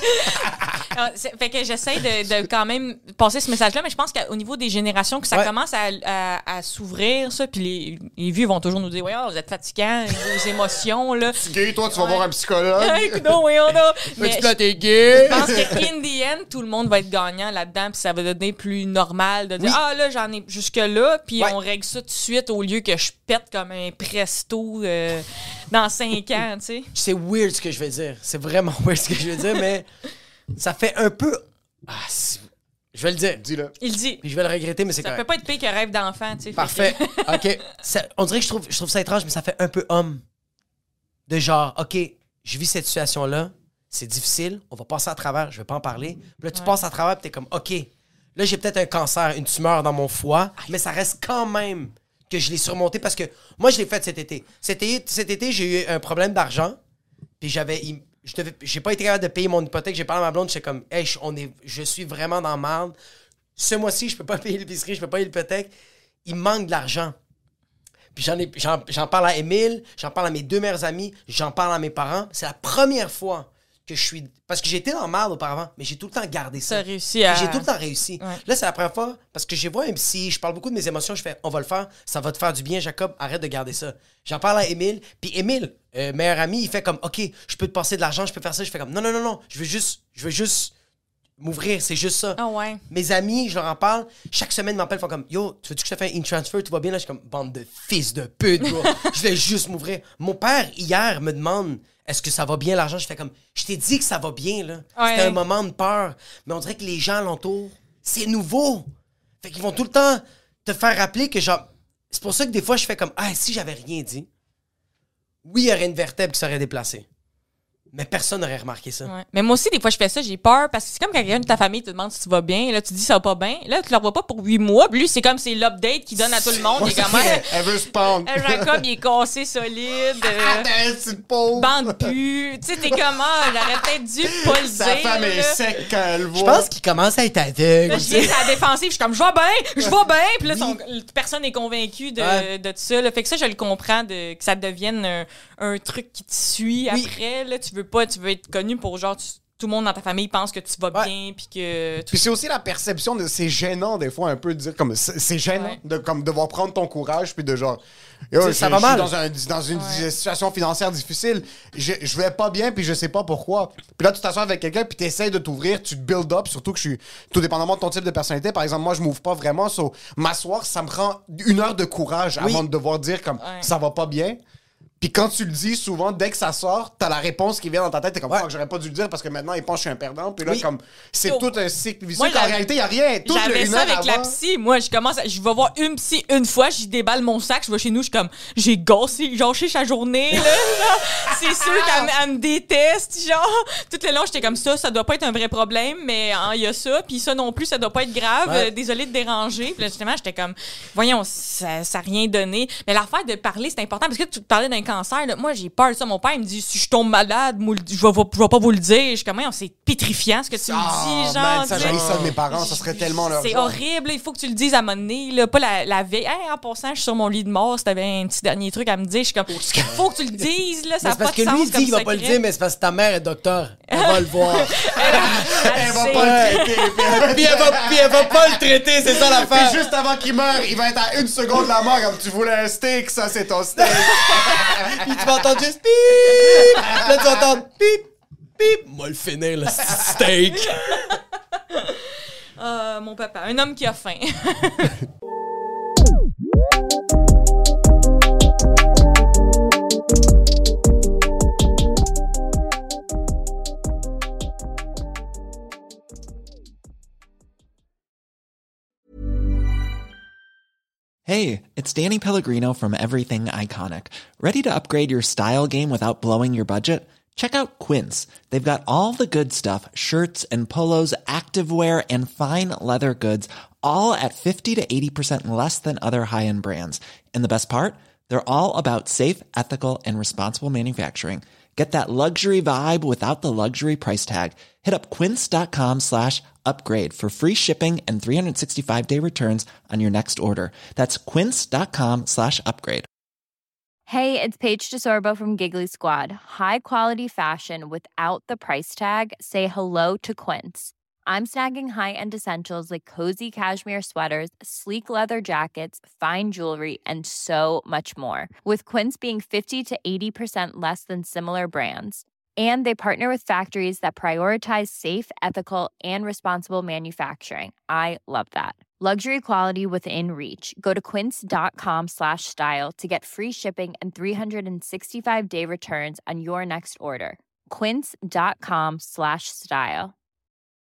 Alors, c'est- fait que j'essaie de, de quand même passer ce message-là, mais je pense qu'au niveau des générations, que ça Ouais. commence à, à, à s'ouvrir, ça, puis les, les vieux vont toujours nous dire, voyons, vous êtes fatigants, vos émotions, là. Gay, toi, tu vas Ouais. voir un psychologue. Ah, écoute, non, voyons, là. Mais Mais tu je plates tes gay. pense que in the end, tout le monde va être gagnant là-dedans, puis ça va devenir plus normal de dire, Oui. ah, là, j'en ai jusque-là, puis Ouais. on règle ça tout de suite au lieu que je pète comme un presto euh, dans cinq ans, tu sais. C'est weird ce que je vais dire. C'est vraiment weird ce que je vais dire, mais ça fait un peu... Ah, c'est- je vais le dire. Dis-le. Il dit. Puis je vais le regretter, mais c'est Ça correct. peut pas être pire que rêve d'enfant, tu sais. Fait Parfait. que- OK. Ça- on dirait que je trouve, je trouve ça étrange, mais ça fait un peu homme. De genre, OK, je vis cette situation-là, c'est difficile, on va passer à travers, je vais pas en parler. Puis là, tu Ouais. passes à travers, puis t'es comme, OK, là, j'ai peut-être un cancer, une tumeur dans mon foie, mais ça reste quand même que je l'ai surmonté parce que moi, je l'ai fait cet été. Cet été, cet été j'ai eu un problème d'argent, puis j'avais... il- je devais- j'ai pas été capable de payer mon hypothèque. J'ai parlé à ma blonde, j'étais comme, hey, je, on est, je suis vraiment dans le marde. Ce mois-ci, je peux pas payer l'épicerie, je peux pas payer l'hypothèque. Il me manque de l'argent. Puis j'en, ai, j'en, j'en parle à Émile, j'en parle à mes deux meilleurs amis, j'en parle à mes parents. C'est la première fois que je suis... Parce que j'étais dans le marde auparavant, mais j'ai tout le temps gardé ça. T'as réussi à- J'ai tout le temps réussi. Ouais. Là, c'est la première fois, parce que j'ai vu un psy, je parle beaucoup de mes émotions, je fais, on va le faire, ça va te faire du bien, Jacob, arrête de garder ça. J'en parle à Émile, puis Émile, euh, meilleur ami, il fait comme, OK, je peux te passer de l'argent, je peux faire ça. Je fais comme, non, non, non, non, je veux juste, je veux juste m'ouvrir, c'est juste ça. Ah ouais. Mes amis, je leur en parle, chaque semaine, ils m'appellent, ils font comme, yo, tu veux-tu que je te fasse un transfer, tout va bien? Là, je suis comme, bande de fils de pute, bro. Je vais juste m'ouvrir. Mon père, hier, me demande, est-ce que ça va bien l'argent? Je fais comme, je t'ai dit que ça va bien, là. Ouais. C'était un moment de peur. Mais on dirait que les gens alentour, c'est nouveau. Fait qu'ils vont tout le temps te faire rappeler que genre. C'est pour ça que des fois, je fais comme, ah, si j'avais rien dit, oui, il y aurait une vertèbre qui serait déplacée. Mais personne n'aurait remarqué ça. Ouais. Mais moi aussi, des fois, je fais ça, j'ai peur parce que c'est comme quand quelqu'un de ta famille te demande si tu vas bien. Et là, tu dis ça va pas bien. Là, tu le revois pas pour huit mois. Puis lui, c'est comme c'est l'update qu'il donne à tout le monde. Il est comme, elle, elle veut se pendre. Jacob, il est cassé solide. Ah, Euh, t'es une pauvre. bande pu. Tu sais, t'es comment? J'aurais peut-être dû pas le Sa dire. femme est là. sec quand elle voit. Je pense qu'il commence à être aveugle. Là, je viens à la défensive, je suis comme, je vais bien, je vais bien. Puis là, son- personne n'est convaincu de, Ouais. de tout ça. Là. Fait que ça, je le comprends, de, que ça devienne un, un truc qui te suit Oui. après. Là. Tu veux pas, tu veux être connu pour genre, tu- tout le monde dans ta famille pense que tu vas Ouais. bien, puis que... Tout Puis c'est aussi la perception de c'est gênant des fois un peu de dire comme c'est c'est gênant Ouais. de comme devoir prendre ton courage puis de genre yo, Ça, je, ça va je suis mal. dans, un, dans une Ouais. situation financière difficile, je, je vais pas bien puis je sais pas pourquoi. Puis là tu t'assois avec quelqu'un puis t'essayes de t'ouvrir, tu te build up, surtout que je suis tout dépendamment de ton type de personnalité. Par exemple moi je m'ouvre pas vraiment, so, m'asseoir ça me prend une heure de courage Oui. avant de devoir dire comme Ouais. ça va pas bien. Puis quand tu le dis, souvent, dès que ça sort, t'as la réponse qui vient dans ta tête. T'es comme, Ouais. fuck, j'aurais pas dû le dire parce que maintenant, il pense que je suis un perdant. Puis là, Oui. comme, c'est Yo. tout un cycle vicieux. Moi, qu'en j'avais- réalité, il y a rien. Toute J'avais une ça heure avec la avant- psy. Moi, je commence, à- je vais voir une psy une fois, j'y déballe mon sac, je vais chez nous, je suis comme, j'ai gossé, gâché sa journée, là. genre. C'est sûr qu'elle me- elle me déteste, genre. Tout le long, j'étais comme ça, ça doit pas être un vrai problème, mais hein, il y a ça, puis ça non plus, ça doit pas être grave. Ouais. Euh, désolé de déranger. Puis là, justement, j'étais comme, voyons, ça, ça a rien donné. Mais l'affaire de parler, c'est important, parce que tu parlais d'un cancer, là. Moi, j'ai peur de ça. Mon père, il me dit, si je tombe malade, moi, je vais, je vais pas vous le dire. Je suis comme, voyons, c'est pétrifiant ce que tu Ah, me dis, genre. man, ça tu sais. jaillit ça de mes parents, ça serait tellement leur C'est genre. horrible, là. Il faut que tu le dises à un moment donné, là, pas la, la veille. Hey, en passant, je suis sur mon lit de mort, si t'avais un petit dernier truc à me dire, je suis comme, faut que tu le dises, là, ça Mais n'a c'est parce pas que de sens lui, il dit comme qu'il va pas le secret. dire, mais c'est parce que ta mère est docteur. Elle va le voir. Elle va sait. pas le traiter. puis- puis, elle va, puis elle va pas le traiter, c'est ça l'affaire. Puis juste avant qu'il meure, il va être à une seconde de la mort comme tu voulais un steak, ça c'est ton steak. Puis tu vas entendre juste pip. Là, tu vas entendre pip, pip. Moi, le finir, le steak. Euh, mon papa, un homme qui a faim. Hey, it's Danny Pellegrino from Everything Iconic. Ready to upgrade your style game without blowing your budget? Check out Quince. They've got all the good stuff, shirts and polos, activewear, and fine leather goods, all at fifty to eighty percent less than other high-end brands. And the best part? They're all about safe, ethical, and responsible manufacturing. Get that luxury vibe without the luxury price tag. Hit up quince.com slash upgrade for free shipping and three sixty-five day returns on your next order. That's quince.com slash upgrade. Hey, it's Paige DeSorbo from Giggly Squad. High quality fashion without the price tag. Say hello to Quince. I'm snagging high-end essentials like cozy cashmere sweaters, sleek leather jackets, fine jewelry, and so much more. With Quince being fifty to eighty percent less than similar brands. And they partner with factories that prioritize safe, ethical, and responsible manufacturing. I love that. Luxury quality within reach. Go to quince.com slash style to get free shipping and three sixty-five day returns on your next order. Quince.com slash style.